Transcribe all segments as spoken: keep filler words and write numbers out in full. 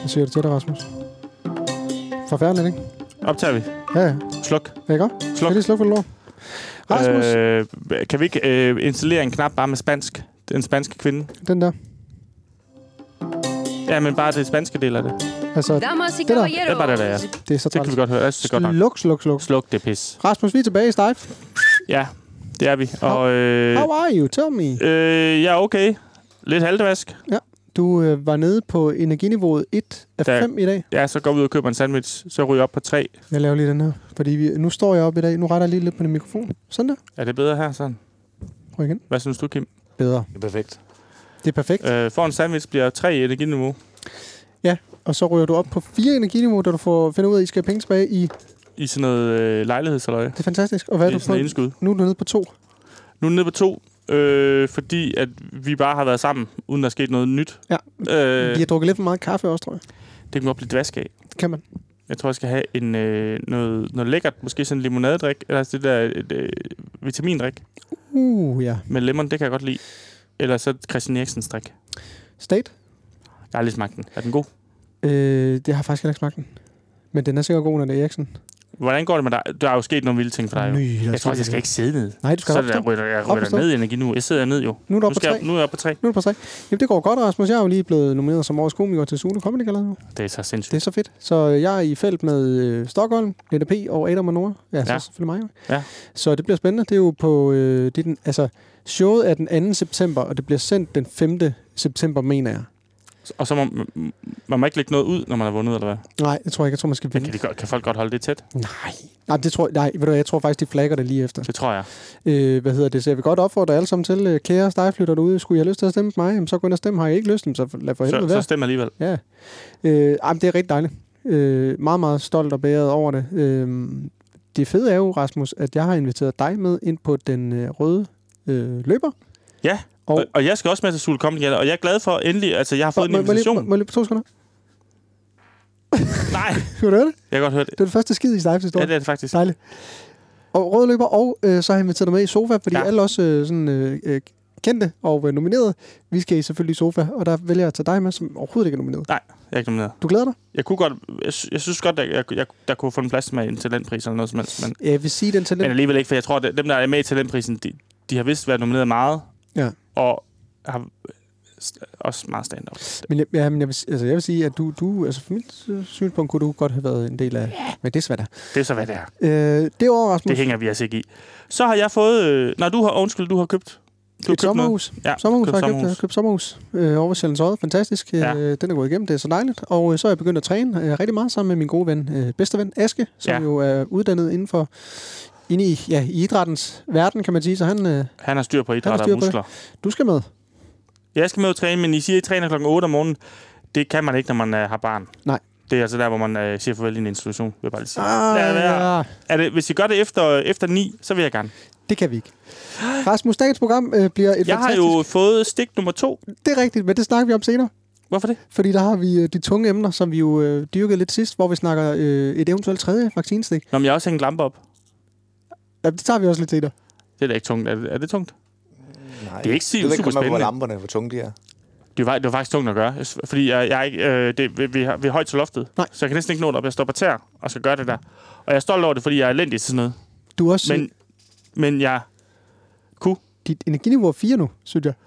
Jeg siger det til dig, Rasmus. Forfærdeligt, ikke? Optager vi? Ja, ja. Sluk. Ja, ikke? Sluk. Kan lige slukke for lort? Rasmus? Øh, kan vi ikke øh, installere en knap bare med spansk? Den spanske kvinde. Den der. Ja, men bare det spanske del af det. Altså, det der. Det er bare det, der er. Det er så Det kan vi godt høre. Jeg synes, det er godt nok. Sluk, sluk, sluk. Sluk, det pis. Rasmus, vi er tilbage i Stejf. Ja, det er vi. Og, øh, How are you? Tell me. Øh, ja, okay. Lidt halvdevask. Ja. Du øh, var nede på energiniveauet et af fem i dag. Ja, så går vi ud og køber en sandwich. Så ryger jeg op på tre. Jeg laver lige den her. Fordi vi, nu står jeg op i dag. Nu retter jeg lige lidt på din mikrofon. Sådan der. Er det bedre her, sådan? Prøv igen. Hvad synes du, Kim? Bedre. Det er perfekt. Det er perfekt. Øh, for en sandwich bliver tre energiniveau. Ja, og så ryger du op på fire energiniveau, da du får finder ud af, at I skal have penge tilbage i... I sådan noget øh, lejlighedsaløje. Det er fantastisk. Og hvad er du på? Indskud. Nu er du nede på to. Nu er du nede på to, øh, fordi at vi bare har været sammen, uden der er sket noget nyt. Ja. Øh, Vi har drukket lidt for meget kaffe også, tror jeg. det kan godt blive dvask af. Det kan man. Jeg tror, jeg skal have en, øh, noget, noget lækkert, måske sådan en limonadedrik, eller altså det der et, øh, vitamindrik Uh, ja. med lemon, det kan jeg godt lide. Eller så Christian Eriksens drik. State? Jeg har lige smagt den. Er den god? Øh, det har faktisk heller ikke smagt den. Men den er sikkert god, når det er Eriksen. Hvordan går det med dig? Der er jo sket nogle vilde ting for dig. Jo. Nøj, jeg tror, jeg skal ikke sidde ned. Nej, du skal så op der ryger jeg op ryger ned i energi nu. Jeg sidder ned jo. Nu er du oppe på skal tre. Jeg, nu er jeg oppe på tre. Nu er du på tre. Jamen, det går godt, Rasmus. Jeg er jo lige blevet nomineret som årets komiker til Zulu Comedy Gala nu. Det er så sindssygt. Det er så fedt. Så jeg er i felt med øh, Stockholm, Linda P. og Adam og Nora. Ja, så Ja. selvfølgelig mig. Jo. Ja. Så det bliver spændende. Det er jo på... Øh, det er den, altså, showet er den anden september, og det bliver sendt den femte september, mener jeg. Og så må man må ikke lægge noget ud, når man har vundet, eller hvad? Nej, det tror jeg ikke. Jeg tror, man skal vinde. Kan, de, godt- kan folk godt holde det tæt? Nej. Nej, det tror, nej, ved du hvad, jeg tror faktisk, de flagger det lige efter. Det tror jeg. Øh, hvad hedder det? Så jeg vil godt opfordre alle sammen til, øh, kære stejflytter derude, skulle jeg have lyst til at stemme på mig, jamen, så gå ind og stemme. Har jeg ikke lyst, så lad for helvede Så, så være. stemmer alligevel. Ja. Øh, jamen, det er rigtig dejligt. Øh, meget, meget stolt og bæret over det. Øh, det fede er jo, Rasmus, at jeg har inviteret dig med ind på den øh, røde øh, løber. Ja, og, og, og jeg skal også med til Zulu Comedy Gala, og jeg er glad for endelig, altså jeg har fået må, en må, invitation. må, må, må lige på to sekunder? Nej, Kunne du høre det? jeg kan godt høre det. Det er det første skid i Stejfs historie. Ja, det er det faktisk. Dejligt. Og røde løber, og øh, så har jeg inviteret dig med i sofa, fordi Ja. alle også øh, sådan, øh, øh, kendte og øh, nomineret. Vi skal i selvfølgelig i sofa, og der vælger jeg at tage dig med, som overhovedet ikke er nomineret. Nej, jeg er ikke nomineret. Du glæder dig? Jeg kunne godt, jeg, sy- jeg synes godt, at jeg, jeg, der kunne få en plads med en talentpris eller noget som helst, men, Jeg vil sige den men talent. alligevel ikke, for jeg tror, at dem, der er med i talentprisen, de, de har vist været nomineret meget, Ja. og har st- også meget stand-up. Men, jeg, ja, men jeg, vil, altså, jeg vil sige, at du, du altså for mit øh, synspunkt, kunne du godt have været en del af. Men det er svært. Det er så, hvad det er. Øh, det er over, Rasmus. Det hænger vi altså ikke i. Så har jeg fået... Øh, nej, du har... Undskyld, du har købt... Du har Et sommerhus. Ja, Sommerhus købt har jeg købt. sommerhus. Jeg har købt sommerhus øh, over ved Sjællands Odde. Fantastisk. Ja. Øh, den er gået igennem. Det er så dejligt. Og øh, så er jeg begyndt at træne øh, rigtig meget sammen med min gode ven, øh, bedste ven Aske, som Ja. jo er uddannet inden for inde i, ja, i idrættens verden, kan man sige. Så han, øh, Han har styr på Han idræt har styr og på det. muskler. du skal med. Jeg skal med at træne, men I siger, at I træner klokken otte om morgenen. Det kan man ikke, når man øh, har barn. Nej. Det er altså der, hvor man øh, siger farvel i en institution, vil jeg bare lige sige. Ah, Lad være. ja. Er det, hvis I gør det efter, efter ni, så vil jeg gerne. Det kan vi ikke. Rasmus, dagens program øh, bliver et Jeg har fantastisk... jo fået stik nummer to. Det er rigtigt, men det snakker vi om senere. Hvorfor det? Fordi der har vi øh, de tunge emner, som vi jo øh, dyrkede lidt sidst, hvor vi snakker øh, et eventuelt tredje vaccinestik. Nå, men jeg har også hængt lamper op. Ja, det tager vi også lidt senere. Det er da ikke tungt. Er det, er det tungt? Nej. Det er ikke Jeg ved super ikke, hvor spændende. lamperne, hvor tunge de er. Det var, det var faktisk tungt at gøre, fordi jeg, jeg er ikke, øh, det, vi, vi, har, vi er højt til loftet, Nej. så jeg kan næsten ikke nå det op. Jeg står på tæer og skal gøre det der. Og jeg er stolt over det, fordi jeg er elendig til sådan noget. Du er også... Men, men jeg kunne. Dit energiniveau er fire nu, synes jeg.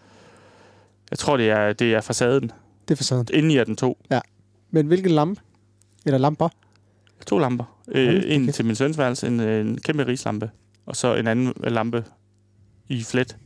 Jeg tror, det er, det er facaden. Det er facaden. Inden i er den to. Men hvilken lampe? Eller lamper? To lamper. Hold Øh, da en kæft. til min søns værelse, en, en kæmpe rislampe. Og så en anden lampe i flet.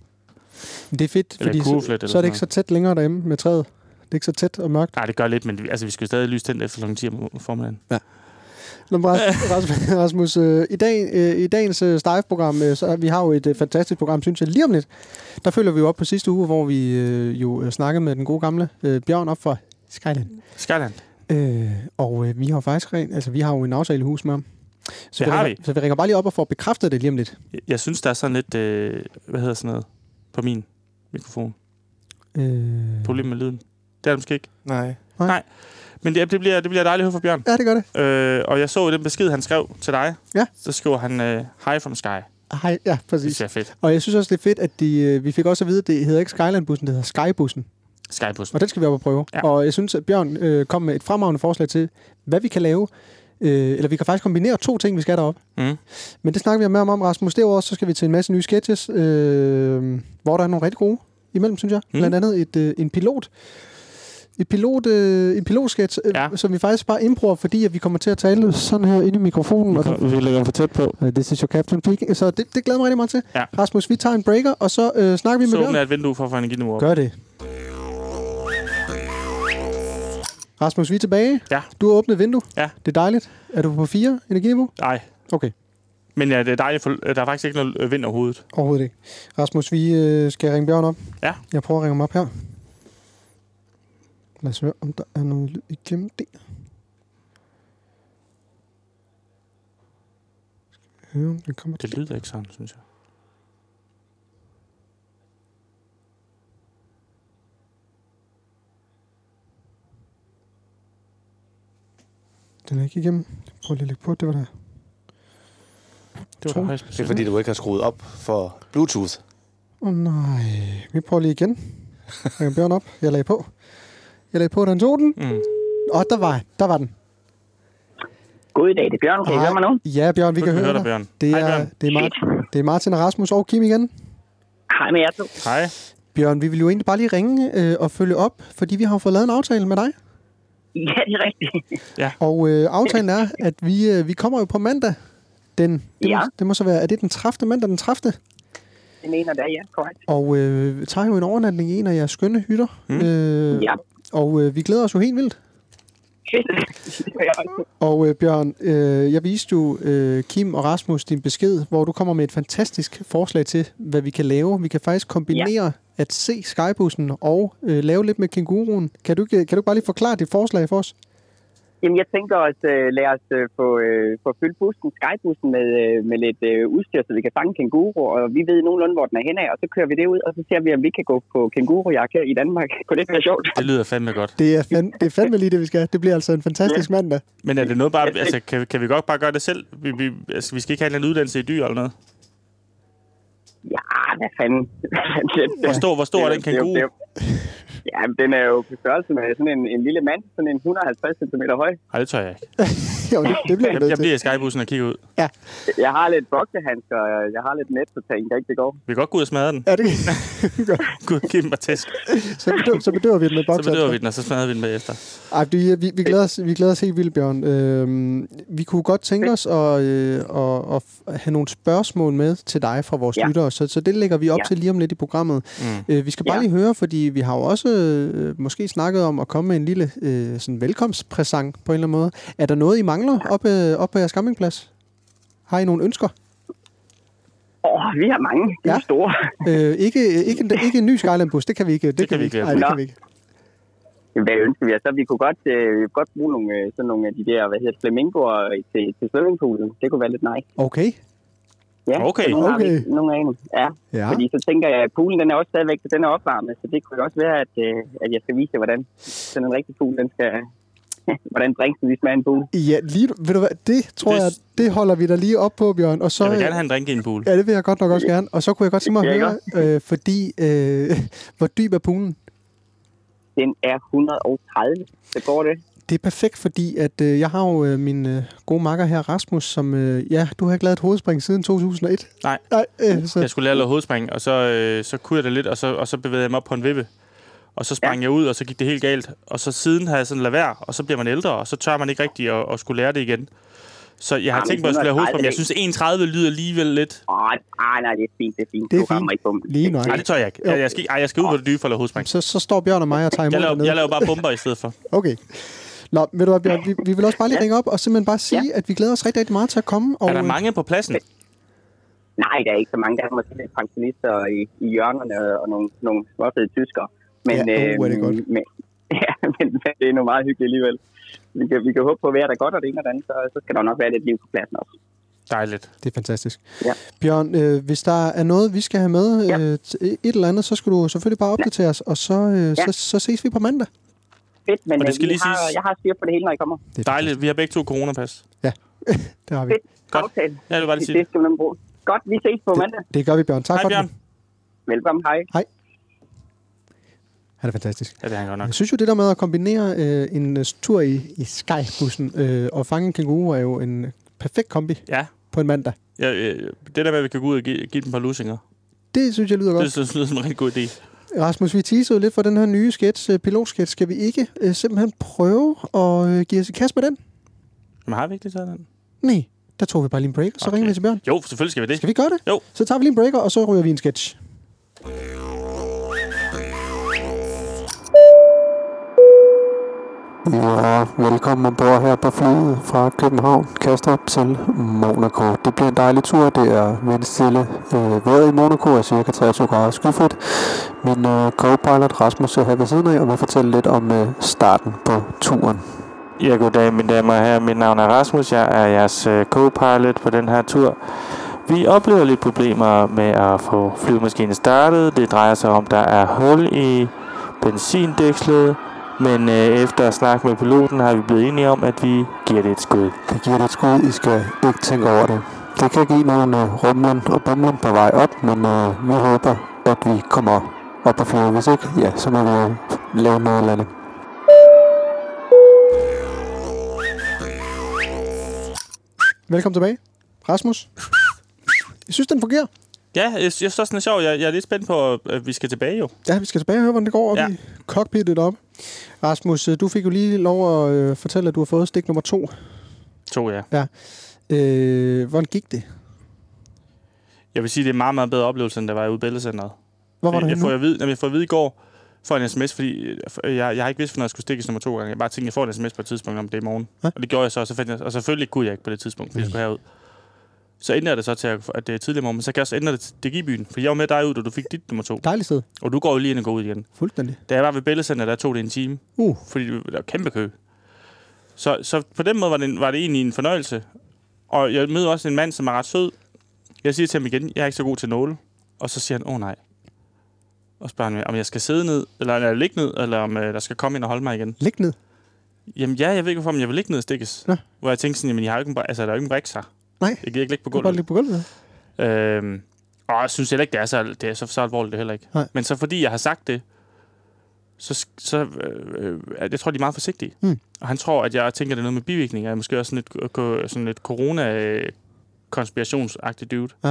Det er fedt, Eller fordi kurveflet så, eller så er det sådan ikke så tæt længere derhjemme med træet. Det er ikke så tæt og mørkt. Nej, det gør lidt, men vi- altså, vi skal jo stadig lyse tændt efter klokken ti om formiddagen. Nå, men Ras- Rasmus, Rasmus øh, i, dag, øh, i dagens øh, Stejf-program, øh, så vi har jo et øh, fantastisk program, synes jeg, lige om lidt. Der følger vi jo op på sidste uge, hvor vi øh, jo øh, snakkede med den gode gamle øh, Bjørn op fra Skyland. Skyland. Øh, og øh, vi har jo faktisk rent, altså vi har jo en aftale i hus med ham. Så Det har ringer, vi. Så vi ringer bare lige op og får bekræftet det lige om lidt. Jeg, jeg synes, der er sådan lidt, øh, hvad hedder sådan noget, på min mikrofon. Øh, Problem med lyden. Det er det måske ikke. Nej. Men det, det, bliver, det bliver dejligt at høre fra Bjørn. ja, det gør det. Øh, og jeg så den besked, han skrev til dig. Ja. Så skriver han, øh, hi from Sky. Hej, ja, Det præcis. ser fedt. Og jeg synes også, det er fedt, at de, øh, vi fik også at vide, at det hedder ikke Skyland-bussen, det hedder Sky-bussen. Skybussen. Og den skal vi op og prøve. Ja. Og jeg synes, at Bjørn øh, kom med et fremragende forslag til, hvad vi kan lave. Øh, eller vi kan faktisk kombinere to ting, vi skal derop. Mm. Men det snakker vi mere om, Rasmus. Derudover så skal vi til en masse nye sketches, øh, hvor der er nogle rigtig gode imellem, synes jeg. Mm. Blandt andet et, øh, en pilot. Et pilot, øh, en pilotsketch, øh, ja. som vi faktisk bare improver, fordi at vi kommer til at tale sådan her inde i mikrofonen. Vi, og vi lægger for tæt på. Uh, this is your Captain Peak. Så det, det glæder mig rigtig meget til. Ja. Rasmus, vi tager en breaker, og så øh, snakker vi med Bjørn. Bjørn. Så åbner et vindue for at få energiniveau op. Gør det. Rasmus, vi er tilbage. Ja. Du har åbnet et vindue. Ja. Det er dejligt. Er du på fire energiniveau? Nej. Okay. Men ja, det er dejligt, for der er faktisk ikke noget vind overhovedet. Overhovedet ikke. Rasmus, vi øh, skal ringe Bjørn op. Ja. Jeg prøver at ringe ham op her. Lad os høre, om der er noget lyd igennem det. Skal vi høre, om det kommer til. Det lyder ikke sådan, synes jeg. Den er ikke igennem. Prøv lige at lægge på, det var der. Det var der det er fordi, du ikke har skruet op for Bluetooth. Åh oh, nej. Vi prøver lige igen. Jeg Bjørn op. Jeg lagde på. Jeg lagde på, den tog den. Mm. Og der var, der var den. God dag, det er Bjørn. Kan I høre mig nu? Ja, Bjørn, vi kan, kan høre dig. Bjørn. Det er, Hej, Bjørn. Det, er Martin, det er Martin og Rasmus og Kim igen. Hej med jer to. Hej. Bjørn, vi vil jo egentlig bare lige ringe øh, og følge op, fordi vi har fået lavet en aftale med dig. Ja, det er rigtigt. Ja. Og øh, aftalen er, at vi, øh, vi kommer jo på mandag. Den, det, ja. må, det må så være, er det den tredivte mandag, den tredivte? Det mener der, ja, korrekt. Og øh, tager jo en overnatning i en af jeres skønne hytter. Mm. Øh, ja. Og øh, vi glæder os jo helt vildt. Og øh, Bjørn, øh, jeg viste jo øh, Kim og Rasmus din besked, hvor du kommer med et fantastisk forslag til, hvad vi kan lave. Vi kan faktisk kombinere ja. at se Skybussen og øh, lave lidt med kænguruen. Kan du, kan du bare lige forklare dit forslag for os? Jamen, jeg tænker også, uh, lad os uh, få, uh, få fyldt bussen, Skybussen med, uh, med lidt uh, udstyr, så vi kan fange kænguru, og vi ved nogenlunde, hvor den er henne af, og så kører vi det ud, og så ser vi, om vi kan gå på kængurujagt her i Danmark. Kunne det være sjovt? Det lyder fandme godt. Det er, fand, det er fandme lige det, vi skal. Det bliver altså en fantastisk ja. mandag. Men er det noget bare, altså, kan, kan vi godt bare gøre det selv? Vi, vi, altså, vi skal ikke have en uddannelse i dyr eller noget? Ja, hvad fanden? Hvor stor, hvor stor er den kænguru? Ja, den er jo på størrelse med sådan en, en lille mand, sådan en et hundrede og halvtreds centimeter høj. Nej, det tør jeg ikke. jo, det, det bliver jeg, jeg bliver i Skybussen og kigger ud. Ja. Jeg har lidt boksehandsker, og jeg har lidt net, så tænker jeg ikke, det går. Vi kan godt gå ud og smadre den. Ja, det kan Gud, giv den mig tæsk. så, bedøver, så bedøver vi den med boksehandsker. Så bedøver vi den, og så smadrer vi den bagefter. Ej, vi, vi, vi, glæder os, vi glæder os helt vildt, Bjørn. Øhm, vi kunne godt tænke os at, øh, at, at have nogle spørgsmål med til dig fra vores ja. lyttere, så, så det lægger vi op ja. til lige om lidt i programmet. Mm. Øh, vi skal bare ja. lige høre, fordi vi har jo også øh, måske snakket om at komme med en lille øh, sådan velkomstpresang på en eller anden måde. Er der noget, I mangler op, øh, op på jeres campingplads? Har I nogle ønsker? Åh, oh, vi har mange. De ja. er store. øh, ikke, ikke, en, ikke en ny Skylandbus, det kan vi ikke. Det, det kan vi ikke. Nej, det kan vi ikke. Hvad ønsker vi? Så vi kunne godt, øh, vi kunne godt bruge nogle, sådan nogle af de der, hvad hedder flamingoer til, til swimmingpoolen. Det kunne være lidt nice. Okay. Ja, okay. Nogle, okay. Vi, nogle af dem. Ja. ja. Fordi så tænker jeg, at poolen den er også stadigvæk, den er opvarmet, så det kunne også være, at, at jeg skal vise jer, hvordan sådan en rigtig pool, den skal, hvordan drinksen vi smager en pool. Ja, lige, ved du hvad, det tror det, jeg, det holder vi da lige op på, Bjørn. Og så, jeg vil gerne have en drink i en pool. Ja, det vil jeg godt nok også gerne. Og så kunne jeg godt tænke mig at høre, øh, fordi, øh, hvor dyb er poolen? Den er et hundrede og tredive, så går det. Det er perfekt, fordi at øh, jeg har jo øh, min øh, gode makker her, Rasmus, som, øh, ja, du har ikke lavet et hovedspring siden to tusind og et. Nej, Nej øh, så. jeg skulle lære at lave hovedspring, og så, øh, så kunne jeg det lidt, og så, og så bevægede jeg mig op på en vippe. Og så sprang ja. jeg ud, og så gik det helt galt. Og så siden har jeg sådan ladet være, og så bliver man ældre, og så tør man ikke rigtig at, at skulle lære det igen. Så jeg har ja, tænkt mig at skulle lave hovedspring, men jeg synes enogtredive lyder alligevel lidt. Åh, nej, nej, det er fint, det er fint. Det er fint. Ikke på lige nu. Nej, det tør jeg ikke. Jeg, jeg, skal, ej, jeg skal ud på det dybe for at lave hovedspring. Så, så står Bjørn og mig og tager imod jeg laver, jeg laver bare bomber i stedet for. Okay. Nå, ved du hvad, Bjørn, vi, vi vil også bare lige ja. ringe op og simpelthen bare sige, ja. at vi glæder os rigtig, rigtig meget til at komme. Og er der mange på pladsen? Nej, der er ikke så mange. Der er måske lidt pensionister i, i hjørnerne og nogle, nogle småfede tyskere. Men, ja, oh, er det godt. Øh, men, ja, men det er nu meget hyggeligt alligevel. Vi kan, vi kan håbe på, at vejret er godt, og det ene og det andet, så, så skal der nok være lidt liv på pladsen også. Dejligt. Det er fantastisk. Ja. Bjørn, øh, hvis der er noget, vi skal have med, ja. øh, et eller andet, så skal du selvfølgelig bare opdatere ja. os, og så, øh, ja. så, så ses vi på mandag. Fedt, men det skal lige har, siges... jeg har styr på det hele, når I kommer. Det er dejligt. Vi har begge to coronapas. Ja, det har vi. Fedt. Godt. Aftale. Ja, det var det, det skal man bruge. Godt, vi ses på det, mandag. Det gør vi, Bjørn. Tak hej, for Bjørn. det. Velkommen, hej. Hej. Han er fantastisk. Ja, det er han godt nok. Jeg synes jo, det der med at kombinere øh, en uh, tur i, i Sky-bussen øh, og fange en kænguru er jo en perfekt kombi Ja. på en mandag. Ja, øh, det der med, at vi kan gå ud og give, give dem et par lusinger, Det synes jeg lyder godt. det synes jeg lyder som en rigtig god idé. Rasmus, vi teasede lidt for den her nye sketch, uh, pilotsketch. Skal vi ikke uh, simpelthen prøve at uh, give os i kast med den? Men har vi ikke lige taget den? Nej, der tog vi bare lige en break, og så Okay. ringer vi til Bjørn. Jo, selvfølgelig skal vi det. Skal vi gøre det? Jo. Så tager vi lige en breaker, og så ryger vi en sketch. Ja, velkommen ombord her på flyet fra København, Kastrup til Monaco. Det bliver en dejlig tur. Det er vindstille. Øh, vejret i Monaco er cirka treogtyve grader skyfrit. Min øh, co-pilot Rasmus er her ved siden af og vil fortælle lidt om øh, starten på turen. Ja, goddag mine damer og herrer. Mit navn er Rasmus. Jeg er jeres øh, co-pilot på den her tur. Vi oplever lidt problemer med at få flyvemaskinen startet. Det drejer sig om, at der er hul i benzindækslet. Men øh, efter at snakke med piloten har vi blevet enige om, at vi giver det et skud. Det giver det et skud. I skal ikke tænke over det. Det kan give nogle øh, rumlen og bumlen på vej op, men øh, vi håber, at vi kommer op på flyet. Hvis ikke, ja, så må vi øh, lave noget eller andet. Velkommen tilbage, Rasmus. Jeg synes, den fungerer. Ja, jeg, jeg synes også, den er sjov. Jeg, jeg er lidt spændt på, at vi skal tilbage jo. Ja, vi skal tilbage og høre, hvordan det går op Ja. i cockpittet op. Rasmus, du fik jo lige lov at øh, fortælle, at du har fået stik nummer to. To, ja. Ja. Øh, hvordan gik det? Jeg vil sige, det er en meget, meget bedre oplevelse, end der var ude i billedcenteret. Hvor var du jeg, henne får nu? jeg, vid, jamen, jeg får at vide i går, får en sms, fordi jeg, jeg har ikke vidst, hvornår jeg skulle stikkes nummer to gange. Jeg bare tænkte, jeg får en sms på et tidspunkt, om det er i morgen. Ja. Og det gjorde jeg så, og, så fandt jeg, og selvfølgelig kunne jeg ikke på det tidspunkt, fordi jeg skulle herud. Så ændrer jeg det så til, at det er tidligere morgen, men så kan jeg også ændre det til D G byen, for jeg var med dig ud, og du fik dit nummer to. Dejligt sted. Og du går jo lige ind og går ud igen. Fuldstændig. Da jeg var ved billedcenteret, der tog det en time, Uh. fordi der var kæmpe kø. Så, så på den måde var det, var det egentlig en fornøjelse. Og jeg møder også en mand, som er ret sød. Jeg siger til ham igen, jeg er ikke så god til nåle. Og så siger han, åh oh, nej. Og spørger han, om jeg skal sidde ned, eller, eller ligge ned, eller om uh, der skal komme ind og holde mig igen. Lig ned. Jamen ja, jeg ved ikke, hvorfor, men jeg vil ligge ned og stikkes. Ja. Hvor jeg tænkte sådan, jamen jeg har jo ikke en, altså, der er jo ikke en brik her. Nej. Jeg gider ikke ligge på Du kan bare gulvet. ligge på gulvet. Øhm, og jeg synes heller ikke, det er så, det er så, så alvorligt det heller ikke. Nej. Men så fordi jeg har sagt det, så, så øh, øh, jeg tror, de er meget forsigtige. Mm. Og han tror, at jeg tænker, det er noget med bivirkninger. Måske også sådan et, ko- sådan et corona-konspirationsagtigt dude. Ja.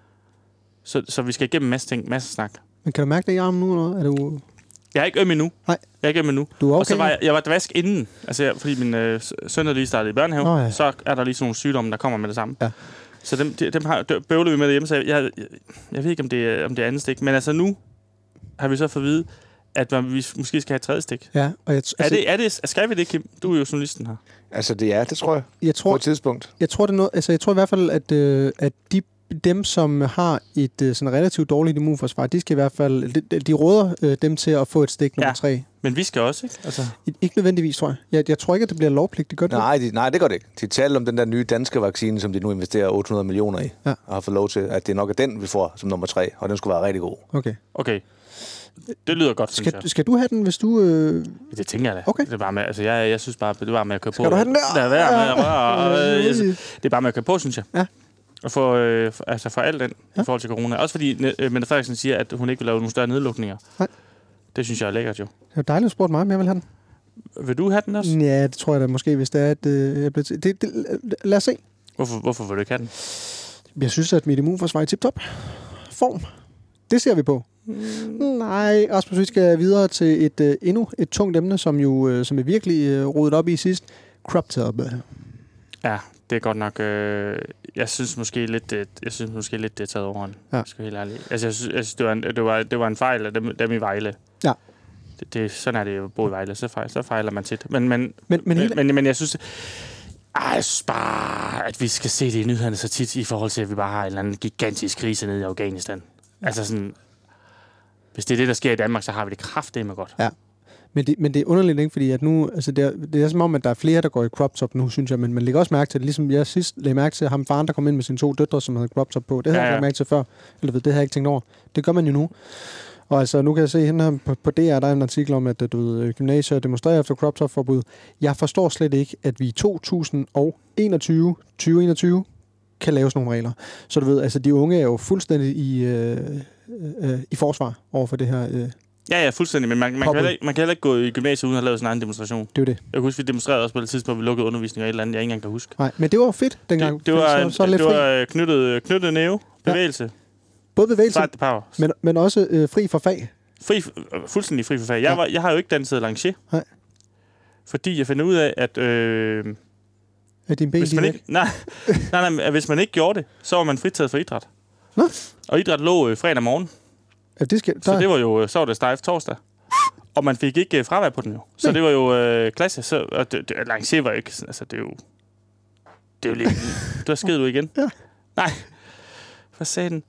Så, så vi skal igennem en masse ting, masse snak. Men kan du mærke det i armen nu? Eller noget? Er du... Jeg er ikke øm endnu. Nej. Jeg er ikke øm endnu. Du er okay? Og så var jeg, jeg var dvask inden. Altså, jeg, fordi min øh, søn er lige startet i børnehave, Nå, ja. så er der lige sådan nogle sygdomme, der kommer med det samme. Ja. Så dem, de, dem har, dem bøvler vi med derhjemme, så jeg, jeg, jeg, jeg ved ikke, om det, er, om det er andet stik. Men altså nu har vi så fået at vide, at man, vi måske skal have et tredje stik. Ja, og jeg, t- Er det, er det, skal vi det, Kim? Du er jo journalisten her. Altså, det er det, tror jeg. jeg På tror, et tidspunkt. jeg tror, det er noget, altså, jeg tror i hvert fald, at, øh, at de, dem, som har et øh, sådan relativt dårligt immunforsvar, de skal i hvert fald, de, de råder øh, dem til at få et stik nummer Ja. tre. Men vi skal også, ikke? Altså, I, ikke nødvendigvis, tror jeg. jeg. Jeg tror ikke, at det bliver lovpligtigt. Gør det? Nej, de, nej, det gør det ikke. De taler om den der nye danske vaccine, som de nu investerer otte hundrede millioner i. Ja. Og har fået lov til, at det nok er den, vi får som nummer tre. Og den skulle være rigtig god. Okay. okay. Det lyder godt, synes Skal, jeg. skal du have den, hvis du... Øh... Det tænker jeg da. Okay. Det er bare med, altså, jeg, jeg synes bare, det er bare med at køre på. Skal du have den der? Lad være med at røre. og, øh, Ja. Det er bare med at køre på, synes jeg. Ja. Og få, øh, for- altså for alt den Ja. i forhold til corona. Også fordi øh, Mette Frederiksen siger, at hun ikke vil lave nogle større nedlukninger. Nej. Det synes jeg er lækkert jo. Det er dejligt at spurgte mig, om jeg vil have den. Vil du have den også? Ja, det tror jeg da måske, hvis det er, at øh, jeg bliver til. Det, det, lad os se. Hvorfor, hvorfor vil du ikke have den? Jeg synes, at mit immunforsvar er i tip-top form. Det ser vi på. Mm. Nej, Rasmus, vi skal videre til et øh, endnu et tungt emne, som jo øh, som er virkelig øh, rodet op i sidst. Crop top. Ja, det er godt nok... Øh, jeg synes måske lidt, det, jeg synes måske lidt, det er taget overhånd. Ja. Jeg skal være helt ærlig. Altså, jeg synes, jeg synes det, var en, det, var, det var en fejl af dem, dem i Vejle. Ja. Det, det, sådan er det jo at bo i Vejle. Så fejler, så fejler man tit. Men, men, Men, men, hele, men, men, men jeg synes... Ej, jeg synes bare, at vi skal se det i nyhederne så tit, i forhold til, at vi bare har en eller anden gigantisk krise nede i Afghanistan. Ja. Altså sådan... Hvis det er det, der sker i Danmark, så har vi det kraftedeme godt. Ja. Men det, men det er underligt, ikke? Fordi at nu, altså det, er, det er som om, at der er flere, der går i crop top nu, synes jeg. Men man lægger også mærke til det, ligesom jeg sidst lagde mærke til ham faren, der kom ind med sine to døtre, som havde crop top på. Det havde Ja, jeg ja. ikke mærke til før. Eller ved, det havde jeg ikke tænkt over. Det gør man jo nu. Og altså, nu kan jeg se hende her på, på D R, der er en artikel om, at du ved, gymnasier demonstrerer efter crop top forbud. Jeg forstår slet ikke, at vi i to tusind og enogtyve, tyve enogtyve kan lave sådan nogle regler. Så du ved, altså de unge er jo fuldstændig i, øh, øh, i forsvar over for det her øh, Ja, ja, fuldstændig. Men man, man, kan, heller ikke, man kan heller ikke gå i gymnasiet uden at have lavet sin egen demonstration. Det er jo det. Jeg kan huske, vi demonstrerede også på det tidspunkt, hvor vi lukkede undervisning og et eller andet, jeg ikke engang kan huske. Nej, men det var fedt dengang. Det, det var, så, så lidt det fri. var knyttet, knyttet næve, bevægelse. Ja. Både bevægelse, men, men også øh, fri for fag. Fri, fuldstændig fri for fag. Jeg, ja. var, jeg har jo ikke danset lancier. Nej. Fordi jeg finder ud af, at... Øh, at din ben hvis man ikke, nej, nej, nej, hvis man ikke gjorde det, så var man fritaget for idræt. Nå. Og idræt lå øh, fredag morgen. Ja, det skal, så det var jo så var det stejft torsdag. Og man fik ikke øh, fravær på den jo. Så nej. Det var jo øh, klasse. Så, og det, det, lancier var ikke... Altså, det er jo... Det er jo lidt... Du har skidt du igen. Ja. Nej. Hvad sagde den?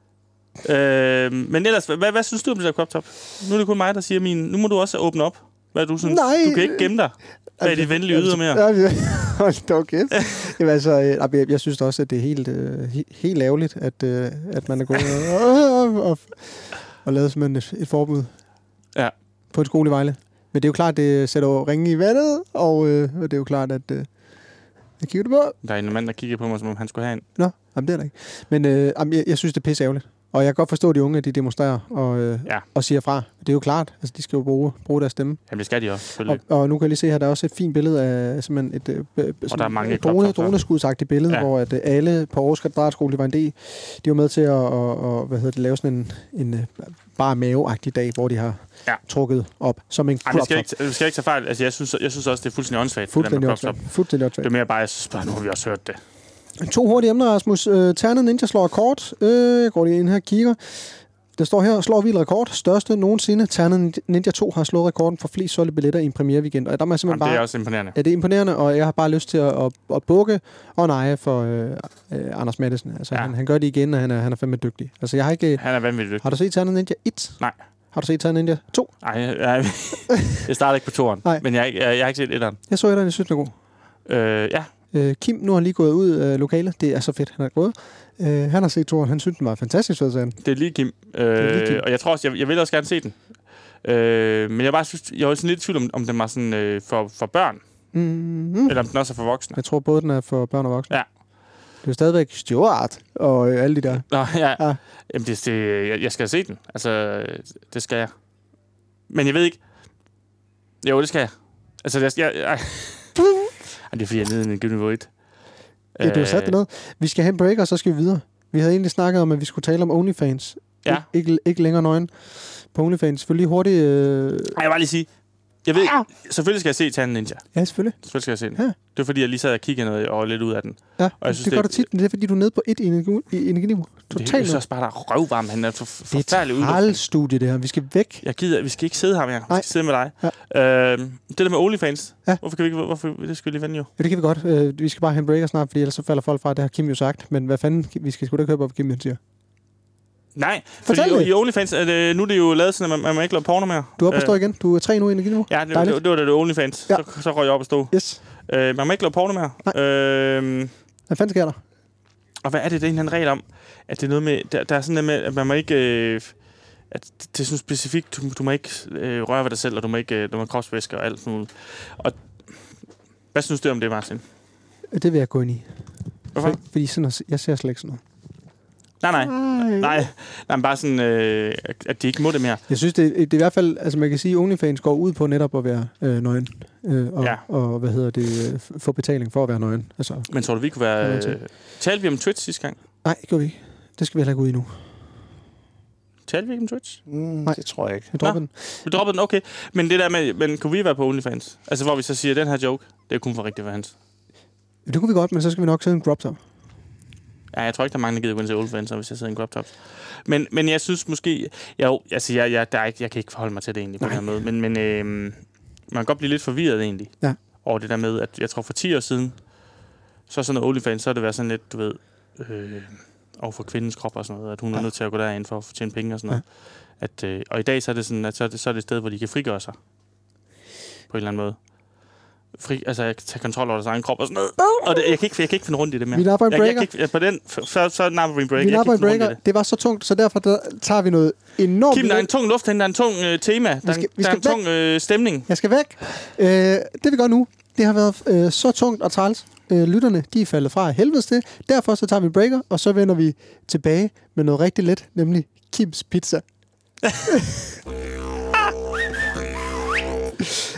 Øh, men ellers, hvad, hvad synes du om det der crop top? Nu er det kun mig, der siger min... Nu må du også åbne op. Hvad du synes? Nej. Du kan ikke gemme dig bag de venlige yder mere. Hold da okay. Jamen, altså, jeg, jeg synes også, at det er helt, uh, helt ærgerligt, at, uh, at man er gået og, og, og, og lavet simpelthen et, et forbud ja. På en skole i Vejle. Men det er jo klart, det sætter ringe i vandet, og uh, det er jo klart, at... Uh, jeg kigger det på. Der er en mand, der kigger på mig, som om han skulle have en. Nå, jamen, det er der ikke. Men uh, jeg, jeg synes, det er pisse ærgerligt. Og jeg kan godt forstå, at de unge, de demonstrerer og, øh, ja. og siger fra. Det er jo klart. Altså, de skal jo bruge, bruge deres stemme. Jamen, det skal de også, og, og nu kan jeg lige se her, der er også et fint billede af simpelthen et, øh, og der er mange drone, droneskudsagtigt billede, ja. Hvor at, øh, alle på Aarhus Kvadratskole i Vendé, de var med til at og, og, hvad hedder det, lave sådan en, en øh, bare maveagtig dag, hvor de har ja. Trukket op som en crop top. Vi skal ikke, vi skal ikke tage fejl. Altså, jeg synes, jeg synes også, det er fuldstændig åndssvagt. Fuldstændig åndssvagt. Fuldstændig åndssvagt. Det er mere bare, jeg synes bare, nu har vi også hørt det. To hurtige emner, Rasmus. Øh, Ternet Ninja slår rekord. Øh, jeg går lige ind her og kigger. Der står her, slår vild rekord. Største nogensinde. Ternet Ninja to har slået rekorden for flest solgte billetter i en premiere weekend. Og der er simpelthen Jamen, bare, det er også imponerende. Ja, det er imponerende, og jeg har bare lyst til at, at, at bukke og neje for øh, øh, Anders Mattesen. Altså, ja. han, han gør det igen, og han er, han er fandme dygtig. Altså, jeg har ikke... Han er vanvittigt dygtig. Har du set Ternet Ninja et? Nej. Har du set Ternet Ninja to? Nej, jeg, jeg, jeg starter ikke på toeren. Nej. Men jeg, jeg, jeg har ikke set etteren. Jeg så etteren, jeg synes, den er god. Øh, ja. Øh, Kim, nu har han lige gået ud af lokalet. Det er så fedt, han er gået. Øh, han har set toeren. Han synes, den var fantastisk, så sagde han. Det er lige Kim. Øh, er lige Kim. Og jeg tror også, jeg, jeg vil også gerne se den. Øh, men jeg bare synes, jeg var sådan lidt i tvivl om, om den var sådan øh, for, for børn. Mm-hmm. Eller om den også er for voksne. Jeg tror både, den er for børn og voksne. Ja. Det er stadigvæk Stuart og øh, alle de der. Nå, ja. ja. Jamen, det, det, jeg, jeg skal se den. Altså, det skal jeg. Men jeg ved ikke... Jo, det skal jeg. Altså, jeg... jeg, jeg det er fordi, jeg er nede i en niveau et. Ja, du har sat det ned. Vi skal have en break, og så skal vi videre. Vi havde egentlig snakket om, at vi skulle tale om OnlyFans. Ja. Ik- ikke, ikke længere nøgen på OnlyFans. Selvfølgelig lige hurtigt... Øh... Ej, jeg vil bare lige sige... Jeg ved, ah. Selvfølgelig skal jeg se Ternet Ninja. Ja, selvfølgelig. Selvfølgelig skal jeg se den. Ja. Det er fordi, jeg lige sad og kiggede noget og lidt ud af den. Ja, og jeg synes, det gør det tit, men det er fordi, du er nede på et energiniveau. Totalt. Det er også bare, der er røvvarm. Han er for, for det er et trælstudie, det her. Vi skal væk. Jeg gider, vi skal ikke sidde her mere. Vi Nej. skal sidde med dig. Ja. Øhm, det der med OnlyFans. Ja. Hvorfor kan vi ikke... Hvorfor, det skal vi lige vende jo. Ja, det kan vi godt. Øh, vi skal bare have en breaker snart, fordi ellers så falder folk fra. Det har Kim jo sagt. Men hvad fanden? Vi skal sgu da ikke høre på, hvad Kim siger. Nej, fordi i OnlyFans, er det, nu er det jo lavet sådan, at man, man må ikke lave porno mere. Du er oppe at stå igen. Du er tre nu i energiniveau. Ja, det, det, det, det var da det OnlyFans. Ja. Så, så røg jeg op at stå. Yes. Øh, man må ikke lave porno mere. Nej. Øh, hvad fanden sker der? Og hvad er det, det er en anden regel om? At det er noget med, der, der er sådan noget med, at man må ikke... Øh, at det er sådan specifikt, du, du må ikke øh, røre ved dig selv, og du må ikke øh, du må kropsvæske og alt sådan noget. Og hvad synes du om det, Martin? Det vil jeg gå ind i. Hvorfor? For, fordi sådan, jeg ser slet ikke sådan noget. Nej, nej. Nej, nej, nej bare sådan, øh, at de ikke må det mere. Jeg synes, det, det er i hvert fald, altså man kan sige, at OnlyFans går ud på netop at være øh, nøgen. Øh, og, ja. og, hvad hedder det, få betaling for at være nøgen. Altså, men tror du, vi kunne være... Øh, talte vi om Twitch sidste gang? Nej, det gjorde vi ikke. Det skal vi heller ikke ud i nu. Talte vi ikke om Twitch? Mm, Nej, det tror jeg ikke. Vi droppede den. Vi droppede den, okay. Men det der med, men kunne vi være på OnlyFans? Altså, hvor vi så siger, at den her joke, det er kun for rigtigt for hans. Ja, det kunne vi godt, men så skal vi nok sidde en crop top. Ja, jeg tror ikke, der er mange, der gider gå ind til OnlyFans, hvis jeg sidder i en crop top. Men, men jeg synes måske... Jo, altså, jeg, jeg, der er ikke, jeg kan ikke forholde mig til det egentlig på Nej. Den her måde. Men, men øh, man kan godt blive lidt forvirret egentlig. Ja. Over det der med, at jeg tror for ti år siden, så sådan noget OnlyFans, så har det været sådan lidt, du ved... Øh, over for kvindens krop og sådan noget, at hun ja. Er nødt til at gå derind for at tjene penge og sådan noget. Ja. At, øh, og i dag så er det sådan, at så er det, så er det et sted, hvor de kan frigøre sig. På en eller anden måde. Fri, altså, jeg kan tage kontrol over deres egen krop og sådan noget. Og det, jeg, kan ikke, jeg kan ikke finde rundt i det mere. Vi napper en breaker. Jeg, jeg kan ikke, på den, så, så napper vi en breaker. Vi napper en breaker. Det. det var så tungt, så derfor der tager vi noget enormt... Kim, der er en tung luft, der er en tung øh, tema, der, skal, der er en tung øh, stemning. Jeg skal væk. Øh, det vi gør nu, det har været øh, så tungt og træls. Øh, lytterne, de er faldet fra helvedes til. Derfor så tager vi en breaker, og så vender vi tilbage med noget rigtig let, nemlig Kims Pizza.